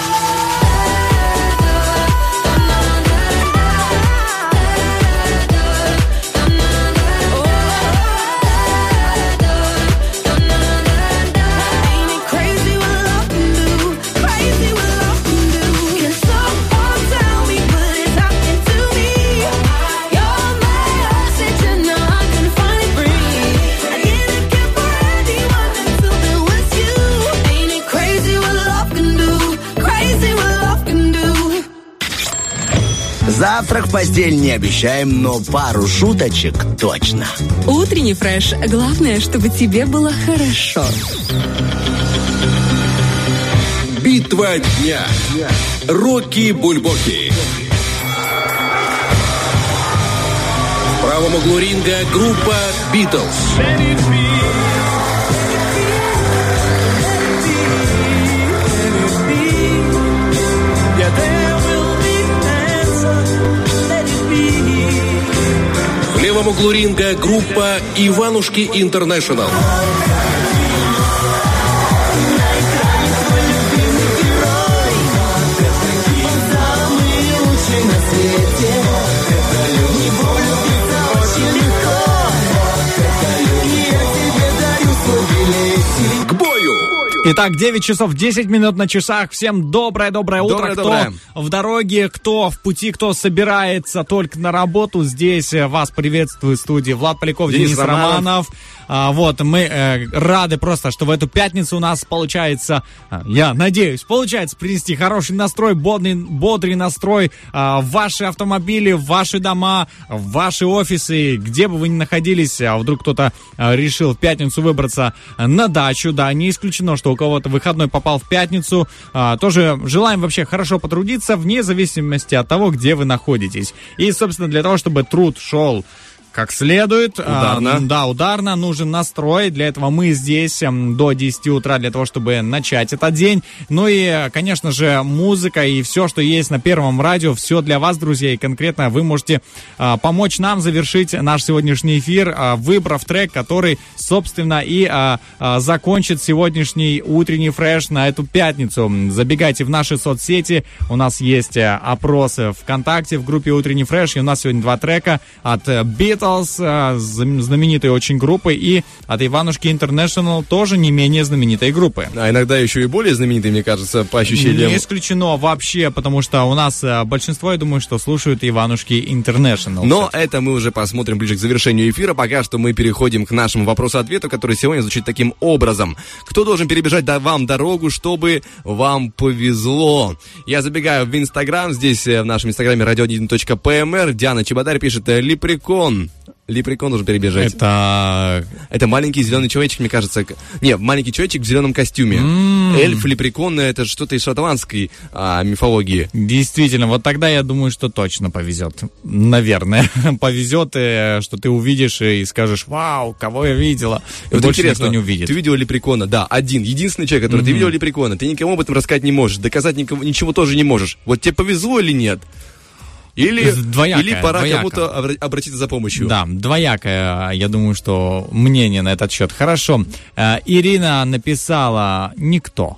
Завтрак в постель не обещаем, но пару шуточек точно. Утренний Фреш. Главное, чтобы тебе было хорошо. Битва дня. Рокки Бульбоки. В правом углу ринга группа «Битлз». В левом углу ринга группа «Иванушки Интернешнл». К бою! Итак, девять часов десять минут на часах. Всем доброе-доброе утро. Доброе, кто доброе. в дороге, кто в пути, кто собирается только на работу. Здесь вас приветствует в студии Влад Поляков, Денис, Денис Романов. Романов. А, вот, мы э, рады просто, что в эту пятницу у нас получается, а, я надеюсь, получается принести хороший настрой, бодрый, бодрый настрой а, в ваши автомобили, в ваши дома, в ваши офисы, где бы вы ни находились. А вдруг кто-то а, решил в пятницу выбраться на дачу, да, не исключено, что у кого-то выходной попал в пятницу. А, тоже желаем вообще хорошо потрудиться, вне зависимости от того, где вы находитесь. И, собственно, для того, чтобы труд шел как следует. Ударно. А, да, ударно. Нужен настрой. Для этого мы здесь м, до десяти утра, для того, чтобы начать этот день. Ну и, конечно же, музыка и все, что есть на Первом радио, все для вас, друзья. И конкретно вы можете а, помочь нам завершить наш сегодняшний эфир, а, выбрав трек, который, собственно, и а, а, закончит сегодняшний утренний фреш на эту пятницу. Забегайте в наши соцсети. У нас есть а, опросы ВКонтакте в группе «Утренний фреш». И у нас сегодня два трека от Beatles, знаменитой очень группы, и от Иванушки International, тоже не менее знаменитой группы. А иногда еще и более знаменитой, мне кажется, по ощущениям. Не исключено вообще, потому что у нас большинство, я думаю, что слушают Иванушки International. Но кстати. Это мы уже посмотрим ближе к завершению эфира. Пока что мы переходим к нашему вопросу-ответу, который сегодня звучит таким образом. Кто должен перебежать до вам дорогу, чтобы вам повезло? Я забегаю в Инстаграм. Здесь в нашем Инстаграме радио один точка пи эм эр. Диана Чеботарь пишет: Лепрекон. Лепрекон должен перебежать. Это... Это маленький зеленый человечек, мне кажется. Не, маленький человечек в зеленом костюме. Mm. Эльф, лепрекон, это что-то из шотландской а, мифологии. Действительно, вот тогда я думаю, что точно повезет. Наверное. Повезет, что ты увидишь и скажешь: вау, кого я видела. И вот больше интересно, никто не увидит. Ты видел лепрекона? Да, один. Единственный человек, который mm-hmm. ты видел лепрекона. Ты никому об этом рассказать не можешь. Доказать никому, ничего тоже не можешь. Вот тебе повезло или нет? Или, двоякое, или пора двояко. кому-то обратиться за помощью. Да, двоякое, я думаю, что мнение на этот счет. Хорошо. Ирина написала: никто.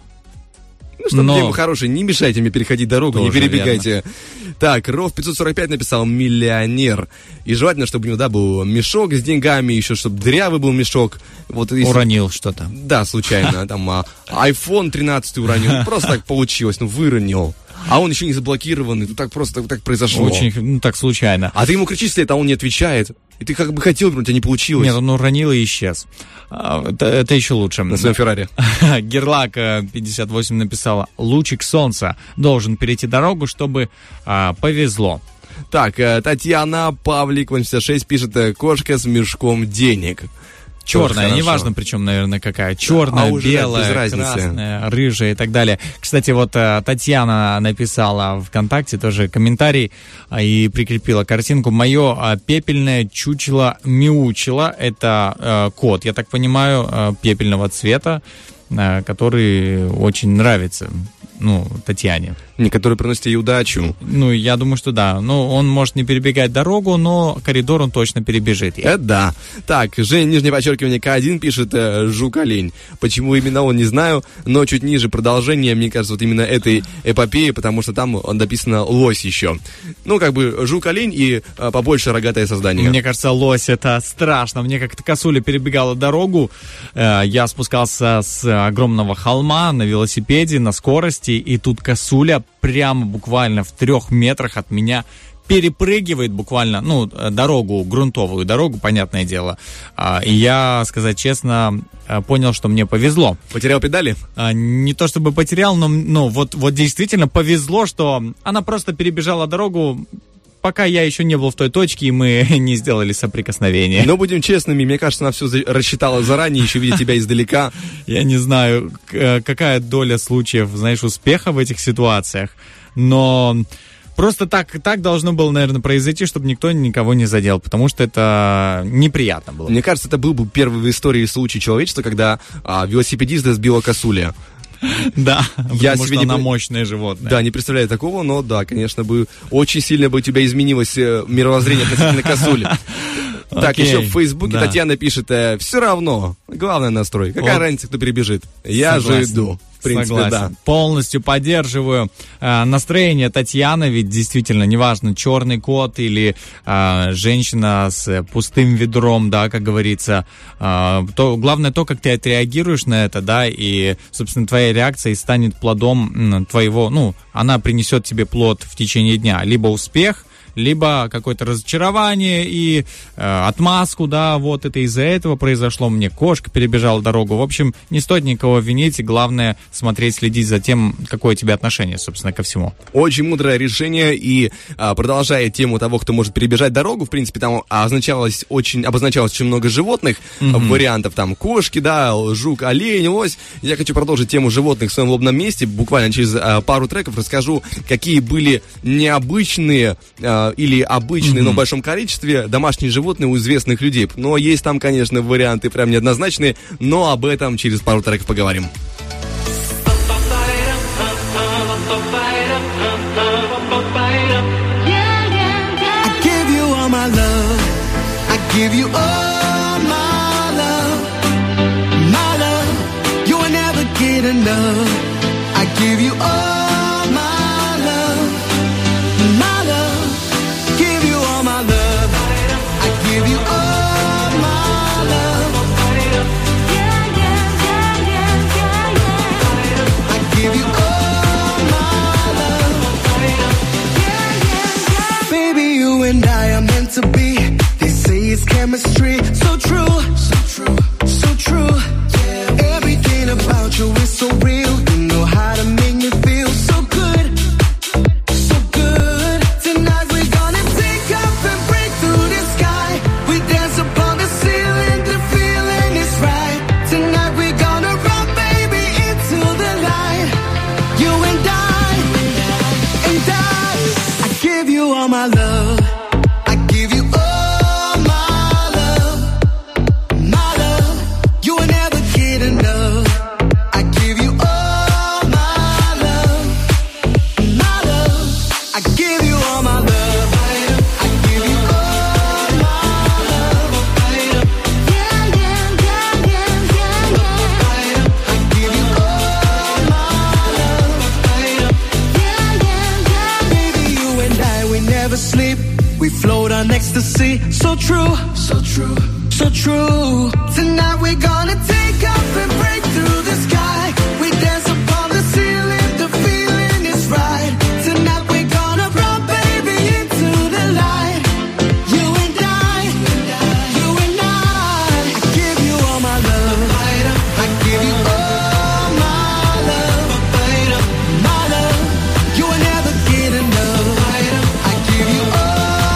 Ну, чтобы Но... тема хорошая, не мешайте мне переходить дорогу, Тоже не перебегайте. верно. Так, Ров пятьсот сорок пять написал: миллионер. И желательно, чтобы у него, да, был мешок с деньгами, еще, чтобы дырявый был мешок. Вот, если... Уронил что-то. Да, случайно. Там айфон тринадцать уронил. Просто так получилось, ну, выронил. А он еще не заблокированный, тут так просто так произошло. Очень, ну, так случайно. А ты ему кричишь вслед, а он не отвечает. И ты как бы хотел, но у тебя не получилось. Нет, он уронил и исчез. Это, это еще лучше. На своем Феррари. Герлак пятьдесят восемь написала: лучик солнца должен перейти дорогу, чтобы а, повезло. Так, Татьяна Павлик восемьдесят шесть пишет: кошка с мешком денег. Черная, неважно, причем, наверное, какая. Черная, а белая, красная, рыжая и так далее. Кстати, вот Татьяна написала ВКонтакте тоже комментарий и прикрепила картинку. Мое пепельное чучело-мяучело. Это э, кот, я так понимаю, э, пепельного цвета, э, который очень нравится, ну, Татьяне. Который приносит ей удачу. Ну, я думаю, что да. Ну, он может не перебегать дорогу, но коридор он точно перебежит. Это да. Так, Жень, нижнее подчеркивание, К один пишет: э, жук-олень. Почему именно он, не знаю, но чуть ниже продолжение, мне кажется, вот именно этой эпопеи, потому что там написано лось еще. Ну, как бы жук-олень и э, побольше рогатое создание. Мне кажется, лось — это страшно. Мне как-то косуля перебегала дорогу. Э, я спускался с огромного холма на велосипеде, на скорости, и тут косуля прямо буквально в трех метрах от меня перепрыгивает буквально, ну, дорогу, грунтовую дорогу, понятное дело. И я, сказать честно, понял, что мне повезло. Потерял педали? Не то чтобы потерял, но, но вот, вот действительно повезло, что она просто перебежала дорогу, пока я еще не был в той точке, и мы не сделали соприкосновения. Но будем честными, мне кажется, она все рассчитала заранее, еще видя тебя издалека. Я не знаю, какая доля случаев, знаешь, успеха в этих ситуациях, но просто так, так должно было, наверное, произойти, чтобы никто никого не задел, потому что это неприятно было. Мне кажется, это был бы первый в истории случай человечества, когда а, велосипедиста сбила косуля. Да, я потому что не... она мощное животное. Да, не представляю такого, но да, конечно, бы очень сильно бы у тебя изменилось мировоззрение относительно косули. Так, Окей, еще в Фейсбуке да. Татьяна пишет: э, все равно, главное настрой. Какая вот. разница, кто перебежит? Я Согласен. же иду. В принципе, Согласен. да. Полностью поддерживаю э, настроение Татьяны, ведь действительно, неважно, черный кот или э, женщина с пустым ведром, да, как говорится, э, то, главное то, как ты отреагируешь на это, да, и, собственно, твоя реакция и станет плодом м, твоего, ну, она принесет тебе плод в течение дня, либо успех, либо какое-то разочарование и э, отмазку, да, вот это из-за этого произошло, мне кошка перебежала дорогу. В общем, не стоит никого винить, главное смотреть, следить за тем, какое у тебя отношение, собственно, ко всему. Очень мудрое решение, и а, продолжая тему того, кто может перебежать дорогу, в принципе, там означалось очень, обозначалось очень много животных, mm-hmm. вариантов, там, кошки, да, жук, олень, лось. Я хочу продолжить тему животных в своем лобном месте, буквально через а, пару треков расскажу, какие были необычные а, э, или обычные, mm-hmm. но в большом количестве домашние животные у известных людей. Но есть там, конечно, варианты прям неоднозначные, но об этом через пару треков поговорим. Give you all my love, my love, you will never get enough. I give you all my love, my love, give you all my love. I give you all my love. Yeah, yeah, yeah, yeah, yeah, yeah. I give you all my love. Yeah, yeah, yeah. Baby, you and I are meant to be. It's chemistry, so true, so true, so true. Yeah. Everything about you is so real. You know how to make me feel so good, so good. Tonight we're gonna take off and break through the sky. We dance upon the ceiling, the feeling is right. Tonight we're gonna run, baby, into the light. You and I, and I, I give you all my love. I give you all. We float on ecstasy, so true, so true, so true. Tonight we're gonna take off and break through the sky. We dance upon the ceiling, the feeling is right. Tonight we're gonna run, baby, into the light. You and I, you and I. I give you all my love. I give you all my love, my love. You will never get enough. I give you all.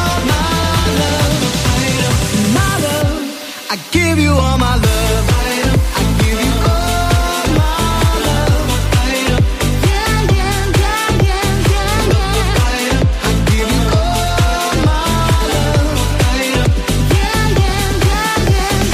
I give you all my love. I give you all my love. Yeah, yeah, yeah, yeah, yeah, yeah. I give you all my love. Yeah, yeah,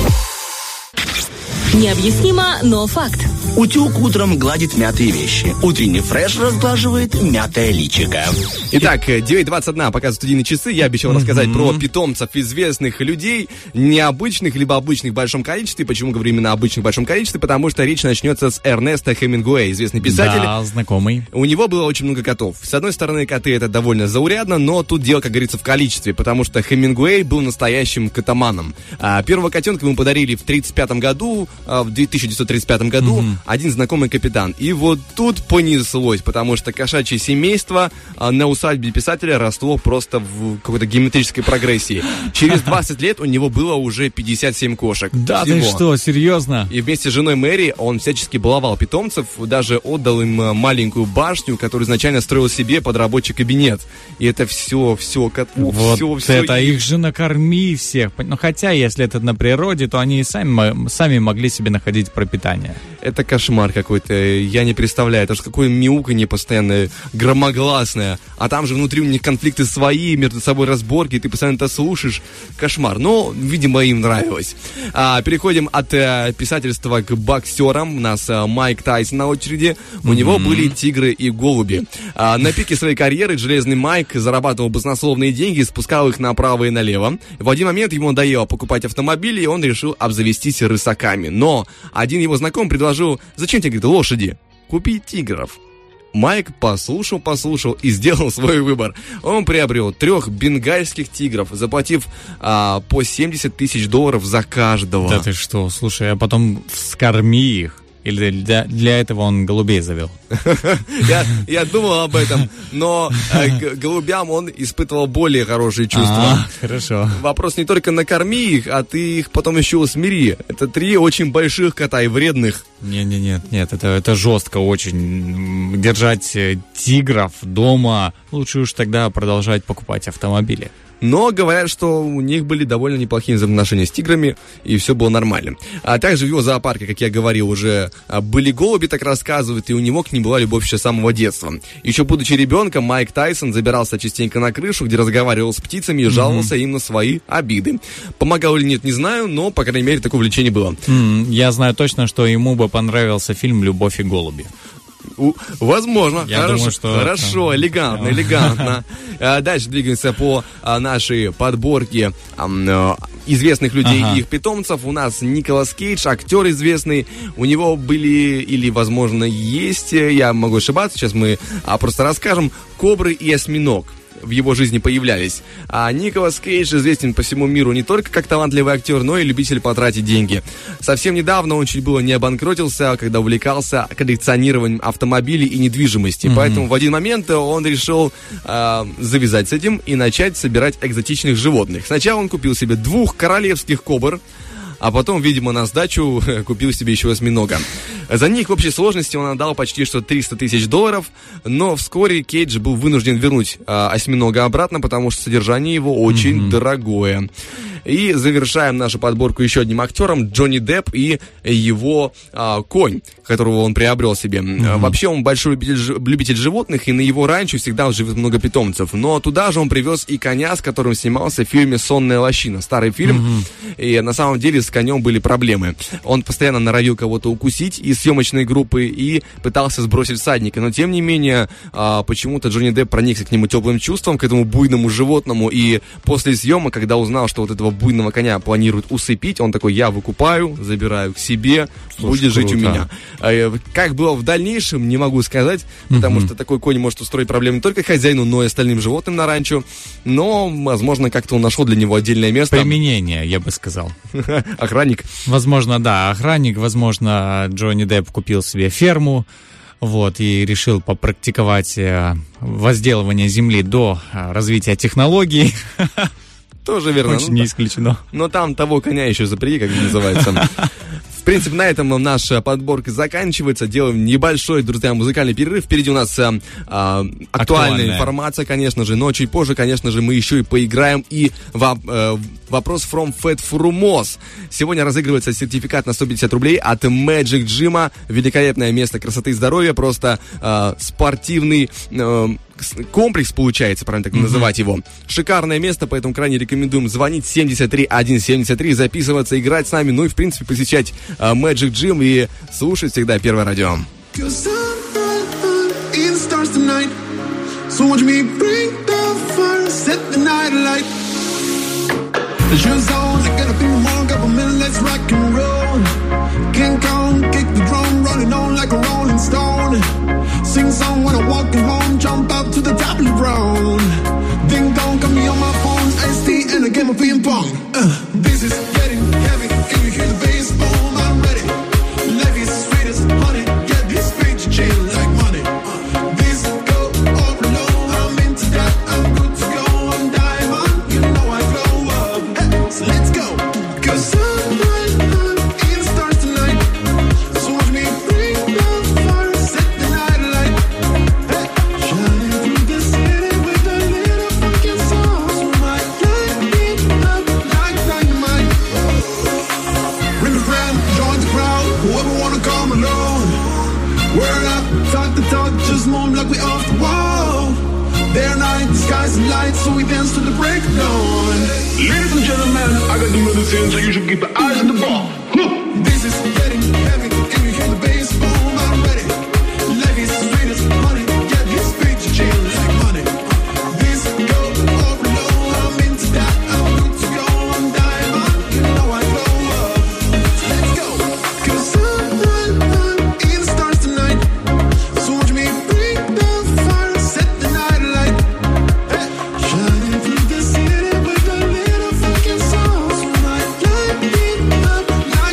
yeah, yeah. Необъяснимо, но факт. Утюг утром гладит мятые вещи. Утренний фреш разглаживает мятое личико. Итак, девять двадцать один показывают студийные часы. Я обещал mm-hmm. рассказать про питомцев известных людей, необычных, либо обычных в большом количестве. Почему говорю именно обычных в большом количестве? Потому что речь начнется с Эрнеста Хемингуэя, известный писатель. Да, знакомый. У него было очень много котов. С одной стороны, коты это довольно заурядно, но тут дело, как говорится, в количестве, потому что Хемингуэй был настоящим котоманом. А, первого котенка ему подарили в тридцать пятом году, а, в тысяча девятьсот тридцать пятом году, mm-hmm. один знакомый капитан. И вот тут понеслось, потому что кошачье семейство а, на усадьбе писателя росло просто в какой-то геометрической прогрессии. Через двадцать лет у него было уже пятьдесят семь кошек. Да всего. Ты что, серьезно? И вместе с женой Мэри он всячески баловал питомцев, даже отдал им маленькую башню, которую изначально строил себе под рабочий кабинет. И это все, все, котов, вот все, все. Это их же накорми всех. Ну, хотя, если это на природе, то они и сами, сами могли себе находить пропитание. Это кошмар какой-то, я не представляю. Это же какое мяуканье постоянное, громогласное. А там же внутри у них конфликты свои, между собой разборки, ты постоянно это слушаешь. Кошмар. Но, видимо, им нравилось. А, переходим от а, писательства к боксерам. У нас а, Майк Тайсон на очереди. У mm-hmm. него были тигры и голуби. А, на пике своей карьеры Железный Майк зарабатывал баснословные деньги, спускал их направо и налево. В один момент ему надоело покупать автомобили, и он решил обзавестись рысаками. Но один его знакомый предложил: зачем тебе, говорит, лошади? Купи тигров. Майк послушал, послушал и сделал свой выбор. Он приобрел трех бенгальских тигров, заплатив а, по семьдесят тысяч долларов за каждого. Да ты что, слушай, а потом вскорми их. Или для, для этого он голубей завел? я, я думал об этом, но э, к голубям он испытывал более хорошие чувства. А, хорошо. Вопрос не только накорми их, а ты их потом еще усмири. Это три очень больших кота и вредных. Не-не-нет, нет, нет, это, это жестко очень. Держать тигров дома, лучше уж тогда продолжать покупать автомобили. но говорят, что у них были довольно неплохие взаимоотношения с тиграми, и все было нормально. А также в его зоопарке, как я говорил, уже были голуби, так рассказывают, и у него к ним была любовь еще с самого детства. Еще будучи ребенком, Майк Тайсон забирался частенько на крышу, где разговаривал с птицами и жаловался mm-hmm. им на свои обиды. Помогал или нет, не знаю, но, по крайней мере, такое увлечение было. Mm, я знаю точно, что ему бы понравился фильм «Любовь и голуби». У, возможно. Я хорошо, думаю, что... хорошо, элегантно, элегантно. Дальше двигаемся по нашей подборке известных людей ага. и их питомцев. У нас Николас Кейдж, актер известный. У него были, или, возможно, есть, я могу ошибаться, сейчас мы просто расскажем, кобры и осьминог в его жизни появлялись. А Николас Кейдж известен по всему миру не только как талантливый актер, но и любитель потратить деньги. Совсем недавно он чуть было не обанкротился, когда увлекался коллекционированием автомобилей и недвижимости. Mm-hmm. Поэтому в один момент он решил э, завязать с этим и начать собирать экзотичных животных. Сначала он купил себе двух королевских кобр, а потом, видимо, на сдачу купил себе еще осьминога. За них в общей сложности он отдал почти что триста тысяч долларов, но вскоре Кейдж был вынужден вернуть а, осьминога обратно, потому что содержание его очень mm-hmm. дорогое. И завершаем нашу подборку еще одним актером, Джонни Депп и его а, конь, которого он приобрел себе. Mm-hmm. Вообще он большой любитель, любитель животных, и на его ранчо всегда живет много питомцев. Но туда же он привез и коня, с которым снимался в фильме «Сонная лощина». Старый фильм. Mm-hmm. И на самом деле с конем были проблемы. Он постоянно норовил кого-то укусить из съемочной группы и пытался сбросить всадника. Но тем не менее, а, почему-то Джонни Депп проникся к нему теплым чувством, к этому буйному животному. И после съемок, когда узнал, что вот этого буйного коня планируют усыпить, он такой: я выкупаю, забираю к себе, слушай, будет жить круто. У меня. А, как было в дальнейшем, не могу сказать, потому mm-hmm. что такой конь может устроить проблемы не только хозяину, но и остальным животным на ранчо. Но, возможно, как-то он нашел для него отдельное место. Применение, я бы сказал. Охранник. Возможно, да, охранник. Возможно, Джонни Депп купил себе ферму, вот, и решил попрактиковать возделывание земли до развития технологий. Тоже верно. Очень ну, не исключено. Но там того коня еще запряги, как называется. В принципе, на этом наша подборка заканчивается. Делаем небольшой, друзья, музыкальный перерыв. Впереди у нас а, а, актуальная, актуальная информация, конечно же. Но чуть позже, конечно же, мы еще и поиграем. И во, э, вопрос from Fat Frumos. Сегодня разыгрывается сертификат на сто пятьдесят рублей от Magic Gym. Великолепное место красоты и здоровья. Просто э, спортивный... Э, комплекс получается, правильно так mm-hmm. называть его. Шикарное место, поэтому крайне рекомендуем звонить семьдесят три сто семьдесят три, записываться, играть с нами, ну и, в принципе, посещать uh, Magic Gym и слушать всегда Первое радио. Sing song when I'm walking home, jump up to the top of the ground. Ding dong, got me on my phone, iced tea and a game of ping pong. Uh, this is getting heavy, can you hear the bass boom? I'm ready. Life is sweet as honey, get this picture chill like money. Uh, this go all alone, I'm into that, I'm good to go, I'm diamond, you know I glow up. Hey, so let's go, 'cause I'm right now in the stars tonight. So watch me bring the fire, set the night alight. Hey, shining through the city with a little fucking song. So my light it up like dynamite. Ring around, join the crowd, whoever wanna come along. Word up, talk the talk, just move like we off the wall. Day or night, the sky's light, so we dance to the break of dawn. Ladies and gentlemen, I got the medicine, so you should keep your eyes on the ball. This is getting heavy, can you hear the bass boom? I'm ready. Life is sweet as honey, yeah, this picture chill like money. This go all alone, I'm into that, I'm good to go, I'm diamond, you know I glow up. So let's go, 'cause I'm right now in the stars tonight. So watch me bring the fire, set the night alight. Hey, shining through the city with a little fucking song. So my light it up like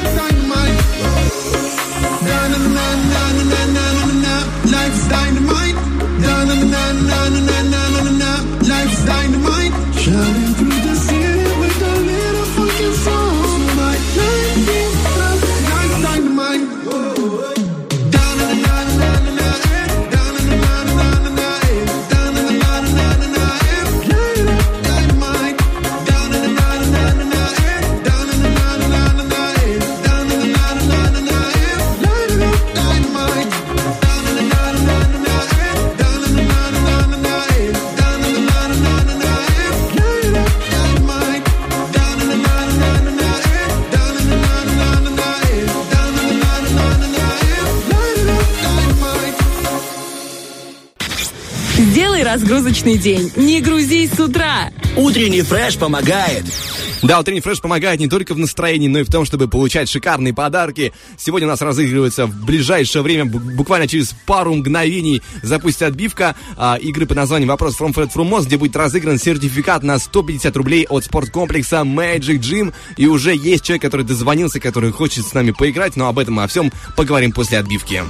Сделай разгрузочный день. Не грузись с утра. Утренний фреш помогает. Да, утренний фреш помогает не только в настроении, но и в том, чтобы получать шикарные подарки. Сегодня у нас разыгрывается в ближайшее время, буквально через пару мгновений, запустится отбивка а, игры под названием «Вопрос from Fred Frumos», где будет разыгран сертификат на сто пятьдесят рублей от спорткомплекса Magic Gym. И уже есть человек, который дозвонился, который хочет с нами поиграть, но об этом и о всем поговорим после отбивки.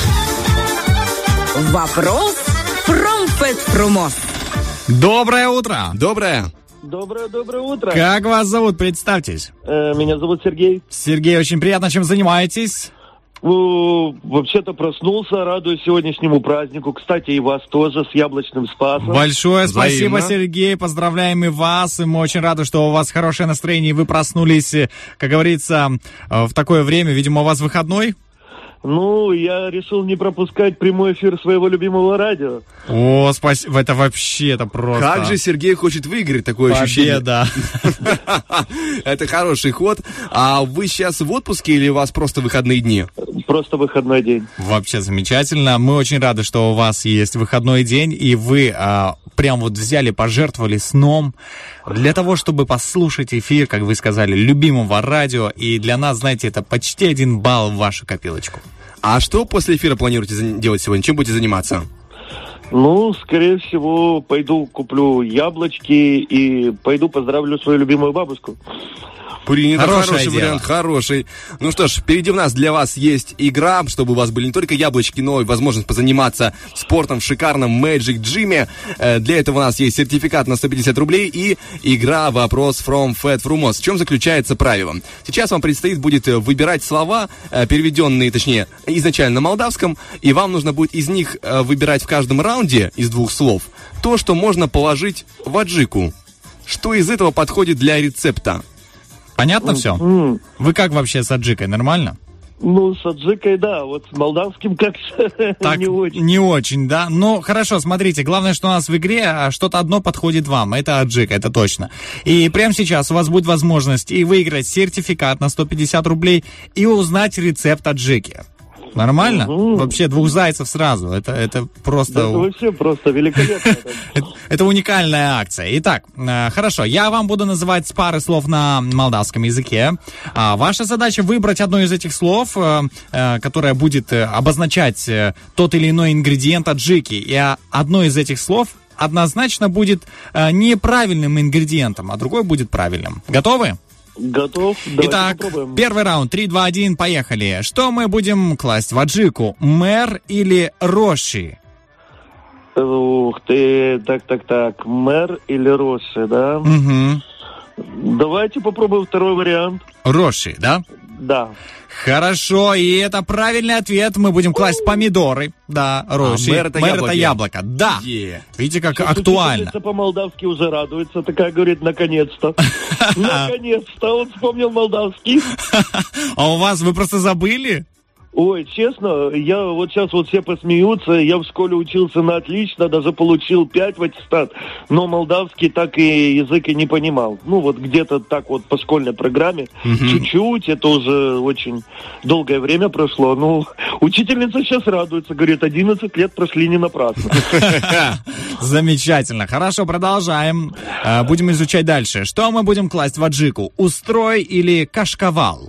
Вопрос from Fred Frumos. Доброе утро. Доброе. Доброе-доброе утро. Как вас зовут? Представьтесь. Э, меня зовут Сергей. Сергей, очень приятно. Чем занимаетесь? Ну, вообще-то проснулся, радуюсь сегодняшнему празднику. Кстати, и вас тоже с яблочным спасом. Большое спасибо, Взаимно. Сергей. Поздравляем и вас. И мы очень рады, что у вас хорошее настроение, и вы проснулись, как говорится, в такое время. Видимо, у вас выходной? Ну, я решил не пропускать прямой эфир своего любимого радио. О, спасибо. Это вообще, это просто... Как же Сергей хочет выиграть, такое ощущение. Победа. Это хороший ход. А вы сейчас в отпуске или у вас просто выходные дни? Просто выходной день. Вообще замечательно. Мы очень рады, что у вас есть выходной день, и вы а, прям вот взяли, пожертвовали сном для того, чтобы послушать эфир, как вы сказали, любимого радио. И для нас, знаете, это почти один балл в вашу копилочку. А что после эфира планируете делать сегодня? Чем будете заниматься? Ну, скорее всего, пойду куплю яблочки и пойду поздравлю свою любимую бабушку. Принято, Хорошее хороший дело. вариант, хороший. Ну что ж, впереди у нас для вас есть игра, чтобы у вас были не только яблочки, но и возможность позаниматься спортом в шикарном Magic Gym. Э, Для этого у нас есть сертификат на сто пятьдесят рублей и игра «Вопрос from Fred Frumos». В чем заключается правило? Сейчас вам предстоит будет э, выбирать слова, э, переведенные, точнее, изначально на молдавском, и вам нужно будет из них э, выбирать в каждом раунде из двух слов то, что можно положить в аджику. Что из этого подходит для рецепта? Понятно все? М, Вы как вообще с аджикой? Нормально? Ну, с аджикой, да, вот с молдавским как-то Так, не очень. не очень, да? Ну, хорошо, смотрите, главное, что у нас в игре а, что-то одно подходит вам. Это аджика, это точно. И прямо сейчас у вас будет возможность и выиграть сертификат на сто пятьдесят рублей, и узнать рецепт аджики. Нормально? Мгм. Вообще двух зайцев сразу. Это, это просто... Это вообще просто великолепно. Это, это уникальная акция. Итак, э, хорошо, я вам буду называть пары слов на молдавском языке. А ваша задача выбрать одно из этих слов, э, э, которое будет э, обозначать э, тот или иной ингредиент аджики. И а, одно из этих слов однозначно будет э, неправильным ингредиентом, а другой будет правильным. Готовы? Готов? Давайте Итак, попробуем. первый раунд. три, два, один, поехали. Что мы будем класть в аджику? Мэр или роши? Ух ты, так-так-так, мэр или Роши, да? Угу. Давайте попробуем второй вариант. Роши, да? Да. Хорошо, и это правильный ответ. Мы будем класть помидоры. Да, роши. мэр это мэр яблоки. это яблоко. Да. Е. Видите, как Сейчас актуально. учительница по-молдавски уже радуется, такая говорит, наконец-то. Наконец-то, он вспомнил молдавский. А у вас вы просто забыли? Ой, честно, я вот сейчас вот все посмеются, я в школе учился на отлично, даже получил пять в аттестат, но молдавский так и язык и не понимал. Ну вот где-то так вот по школьной программе, чуть-чуть, это уже очень долгое время прошло. Ну, учительница сейчас радуется, говорит, одиннадцать лет прошли не напрасно. Замечательно. Хорошо, продолжаем. Э, Будем изучать дальше. Что мы будем класть в аджику? Устрой или кашкавал?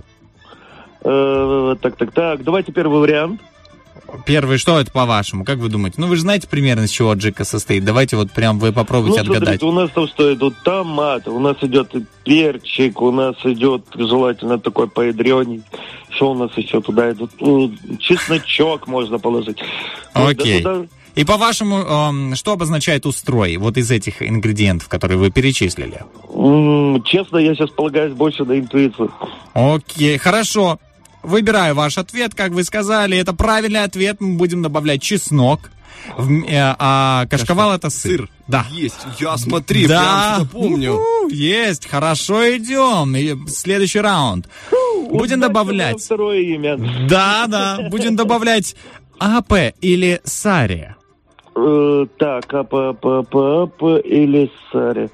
Э, Так, так, так, давайте первый вариант. Первый, что это по-вашему? Как вы думаете? Ну, вы же знаете примерно, из чего аджика состоит. Давайте вот прям вы попробуйте Ну, отгадать. смотрите, у нас там что идут? Томат, у нас идет перчик, у нас идет желательно такой поядреней. Что у нас еще туда идут? Ну, чесночок можно положить. Ну, Окей. да туда- И по-вашему, эм, что обозначает устрой вот из этих ингредиентов, которые вы перечислили? М, Честно, я сейчас полагаюсь больше на интуицию. Окей, хорошо. Выбираю ваш ответ, как вы сказали. Это правильный ответ. Мы будем добавлять чеснок. В м- э, а кашкавал это сыр. Да. Есть, я смотри, Да. прям что помню. У-ху, есть, хорошо идем. И следующий раунд. Будем Удачно добавлять. вам второе имя. Да, да. Будем добавлять апе или сари. Э, Так, апа, апа, апа, апа или сари.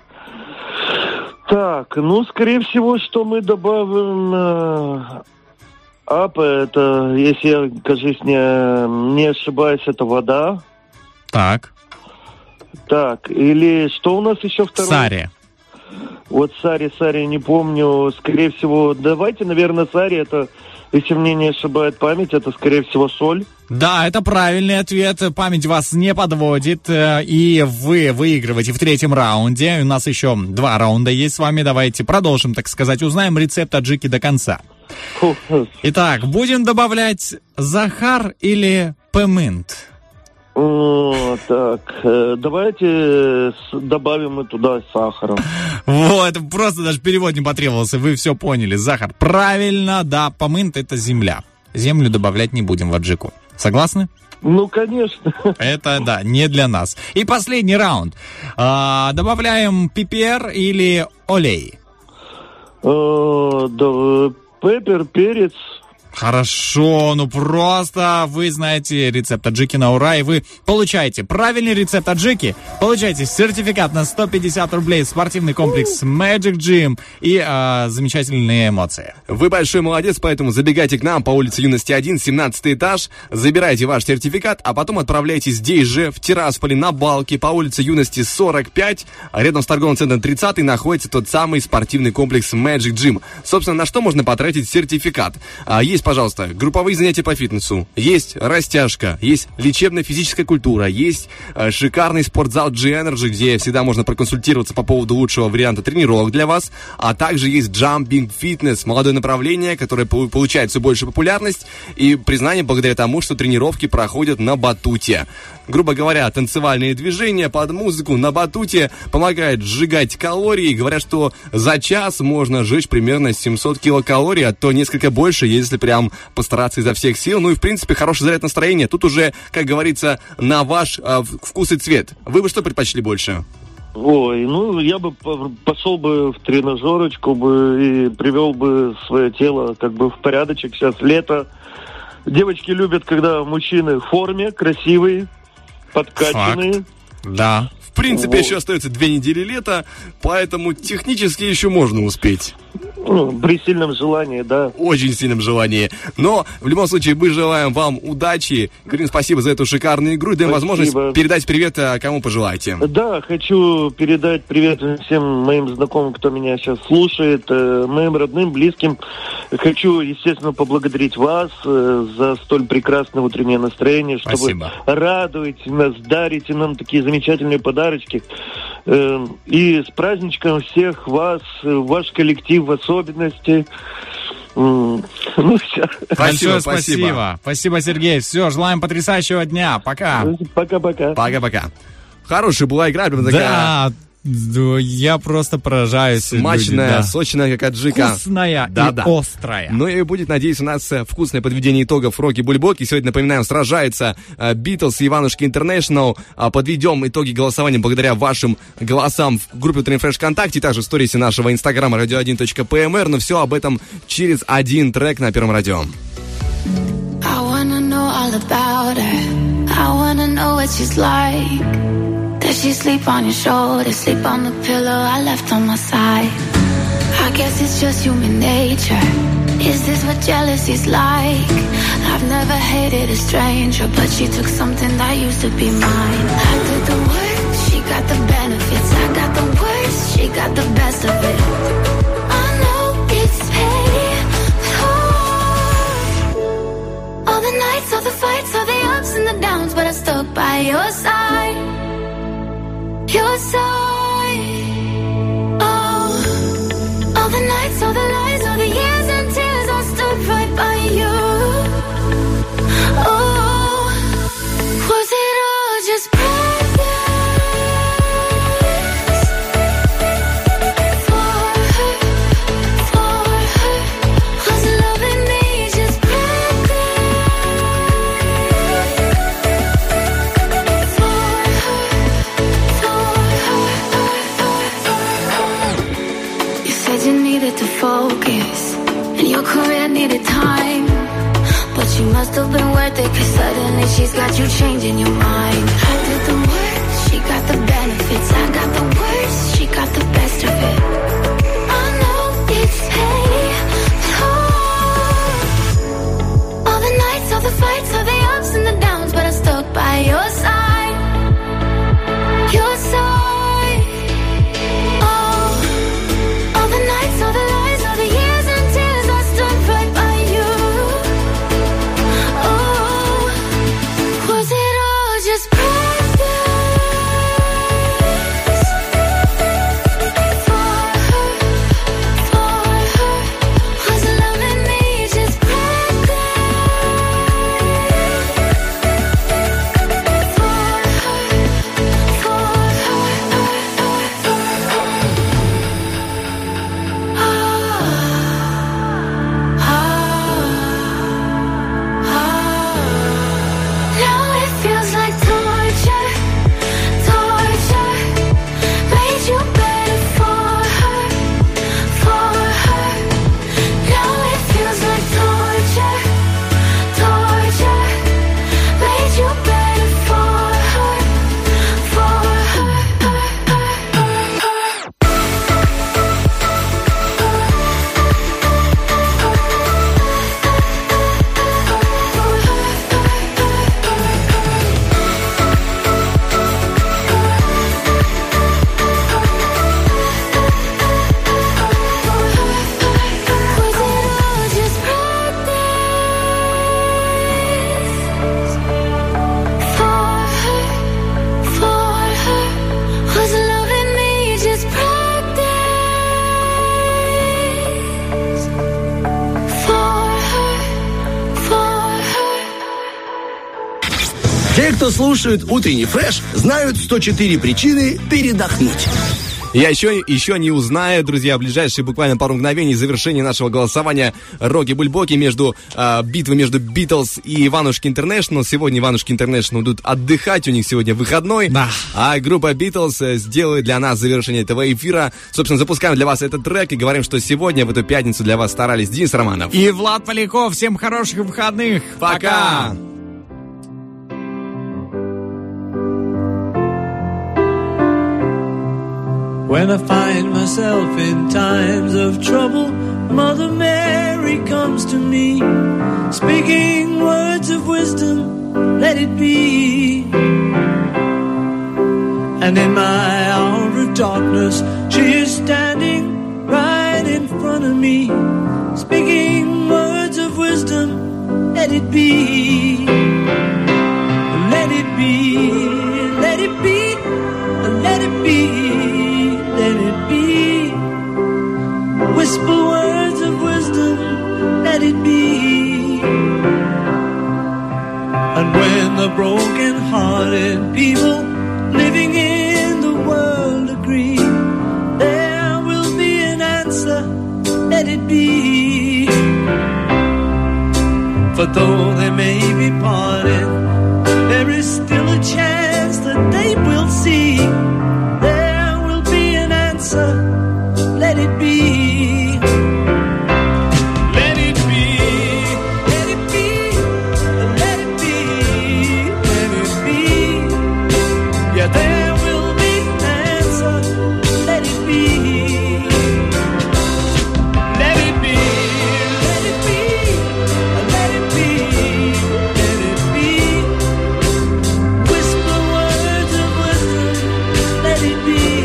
Так, ну, скорее всего, что мы добавим... э, Апа, это, если я, кажется, не, не ошибаюсь, это вода. Так. Так, или что у нас еще второе? Сари. Вот Сари, Сари, не помню. Скорее всего, давайте, наверное, Сари, это, если мне не ошибает память, это, скорее всего, соль. Да, это правильный ответ. Память вас не подводит. И вы выигрываете в третьем раунде. У нас еще два раунда есть с вами. Давайте продолжим, так сказать. Узнаем рецепт аджики до конца. Итак, будем добавлять Захар или пемент? О, так, давайте добавим мы туда сахаром. Вот, просто даже перевод не потребовался, вы все поняли. Захар, правильно, да, пемент это земля. Землю добавлять не будем в аджику. Согласны? Ну, конечно. Это, да, не для нас. И последний раунд. А, добавляем пипер или олей? А, да, пеппер, перец. Хорошо, ну просто вы знаете рецепт аджики на ура, и вы получаете правильный рецепт аджики, получаете сертификат на сто пятьдесят рублей в спортивный комплекс Magic Gym и э, замечательные эмоции. Вы большой молодец, поэтому забегайте к нам по улице Юности один, семнадцатый этаж, забирайте ваш сертификат, а потом отправляйтесь здесь же, в Тирасполе, на Балке, по улице Юности сорок пять, рядом с торговым центром тридцатый находится тот самый спортивный комплекс Magic Gym. Собственно, на что можно потратить сертификат? Есть, пожалуйста, групповые занятия по фитнесу, есть растяжка, есть лечебная физическая культура, есть э, шикарный спортзал G-Energy, где всегда можно проконсультироваться по поводу лучшего варианта тренировок для вас, а также есть Jumping Fitness, молодое направление, которое получает все больше популярность и признание благодаря тому, что тренировки проходят на батуте. Грубо говоря, танцевальные движения под музыку на батуте помогают сжигать калории. Говорят, что за час можно сжечь примерно семьсот килокалорий, а то несколько больше, если прям постараться изо всех сил. Ну и, в принципе, хороший заряд настроения. Тут уже, как говорится, на ваш э, вкус и цвет. Вы бы что предпочли больше? Ой, ну, я бы пошел бы в тренажерочку бы и привел бы свое тело как бы в порядочек. Сейчас лето. Девочки любят, когда мужчины в форме, красивые, подкачанные. Факт. Да. В принципе, вот. Еще остается две недели лета, поэтому технически еще можно успеть. Ну, при сильном желании, да. Очень сильном желании. Но, в любом случае, мы желаем вам удачи. Говорим спасибо за эту шикарную игру. Даем возможность передать привет, кому пожелаете. Да, хочу передать привет всем моим знакомым, кто меня сейчас слушает, моим родным, близким. Хочу, естественно, поблагодарить вас за столь прекрасное утреннее настроение, что спасибо. Вы радуете нас, дарите нам такие замечательные подарочки. И с праздничком всех вас, ваш коллектив в особенности. Ну, все. Большое спасибо. спасибо. Спасибо, Сергей. Все, желаем потрясающего дня. Пока. Пока-пока. Пока-пока. Хорошая была игра. Прям такая... Да, я просто поражаюсь. Смачная, люди, да. сочная, как аджика. Вкусная да, и да. острая. Ну и будет, надеюсь, у нас вкусное подведение итогов Рокки Бульбоки. Сегодня, напоминаем, сражается Битлз и Иванушки Интернешнл. Подведем итоги голосования благодаря вашим голосам в группе Утренний Фреш ВКонтакте, также в сторисе нашего инстаграма радио один точка пи эм эр. Но все об этом через один трек на Первом радио. Does she sleep on your shoulder, sleep on the pillow I left on my side? I guess it's just human nature. Is this what jealousy's like? I've never hated a stranger, but she took something that used to be mine. I did the work, she got the benefits. I got the worst, she got the best of it. I know it's petty, but oh, all the nights, all the fights, all the ups and the downs, but I stuck by your side. Your side. Oh, all the nights, all the lies, all the years and tears, I stood right by you. Oh, was it all just practice for her, for her? Was loving me just practice for her? You needed to focus, and your career needed time, but she must have been worth it, cause suddenly she's got you changing your mind. I did the work, she got the benefits. I got the worst, she got the best of it. I know it's petty, but oh, all the nights, all the fights, all the ups and the downs, but I stuck by your side. Your Те, кто слушает утренний фреш, знают сто четыре причины передохнуть. Я еще, еще не узнаю, друзья, в ближайшие буквально пару мгновений завершения нашего голосования Роки-Бульбоки между э, битвы между Битлз и Иванушки Интернешнл. Сегодня Иванушки Интернешнл идут отдыхать, у них сегодня выходной. Да. А группа Битлз сделает для нас завершение этого эфира. Собственно, запускаем для вас этот трек и говорим, что сегодня в эту пятницу для вас старались Денис Романов и Влад Поляков. Всем хороших выходных. Пока! Пока. When I find myself in times of trouble, Mother Mary comes to me, speaking words of wisdom, let it be. And in my hour of darkness, she is standing right in front of me, speaking words of wisdom, let it be. Let it be, let it be, let it be. Let it be. Whisper words of wisdom, let it be. And when the broken-hearted people living in the world agree, there will be an answer, let it be. For though they may be parted, there is still a chance that they will see. Let it be. Let it be. Let it be. Let it be. Let it be. Yeah, there will be an answer. Let it be. Let it be. Let it be. Let it be. Let it be. Whisper words of wisdom. Let it be.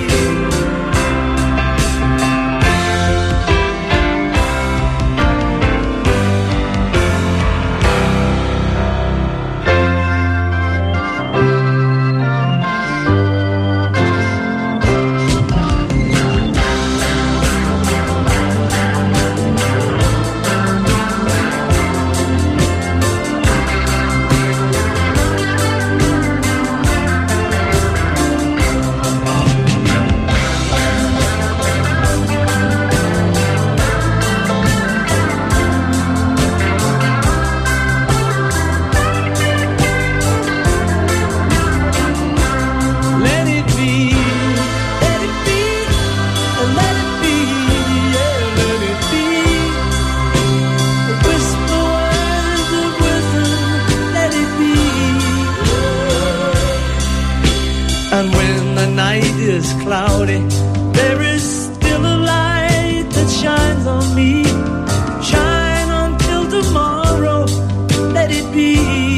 And when the night is cloudy, there is still a light that shines on me. Shine until tomorrow, let it be.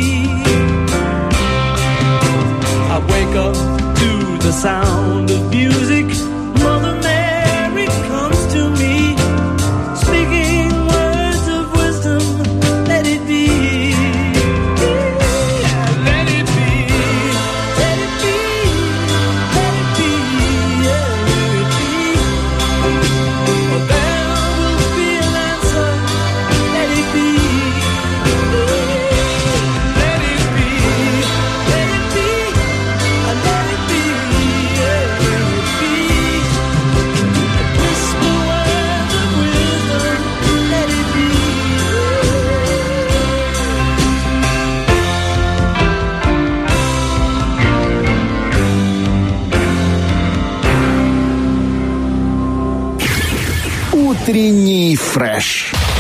I wake up to the sound of music. Mother Mary comes to me, speaking words of wisdom, let it be. Утренний фреш.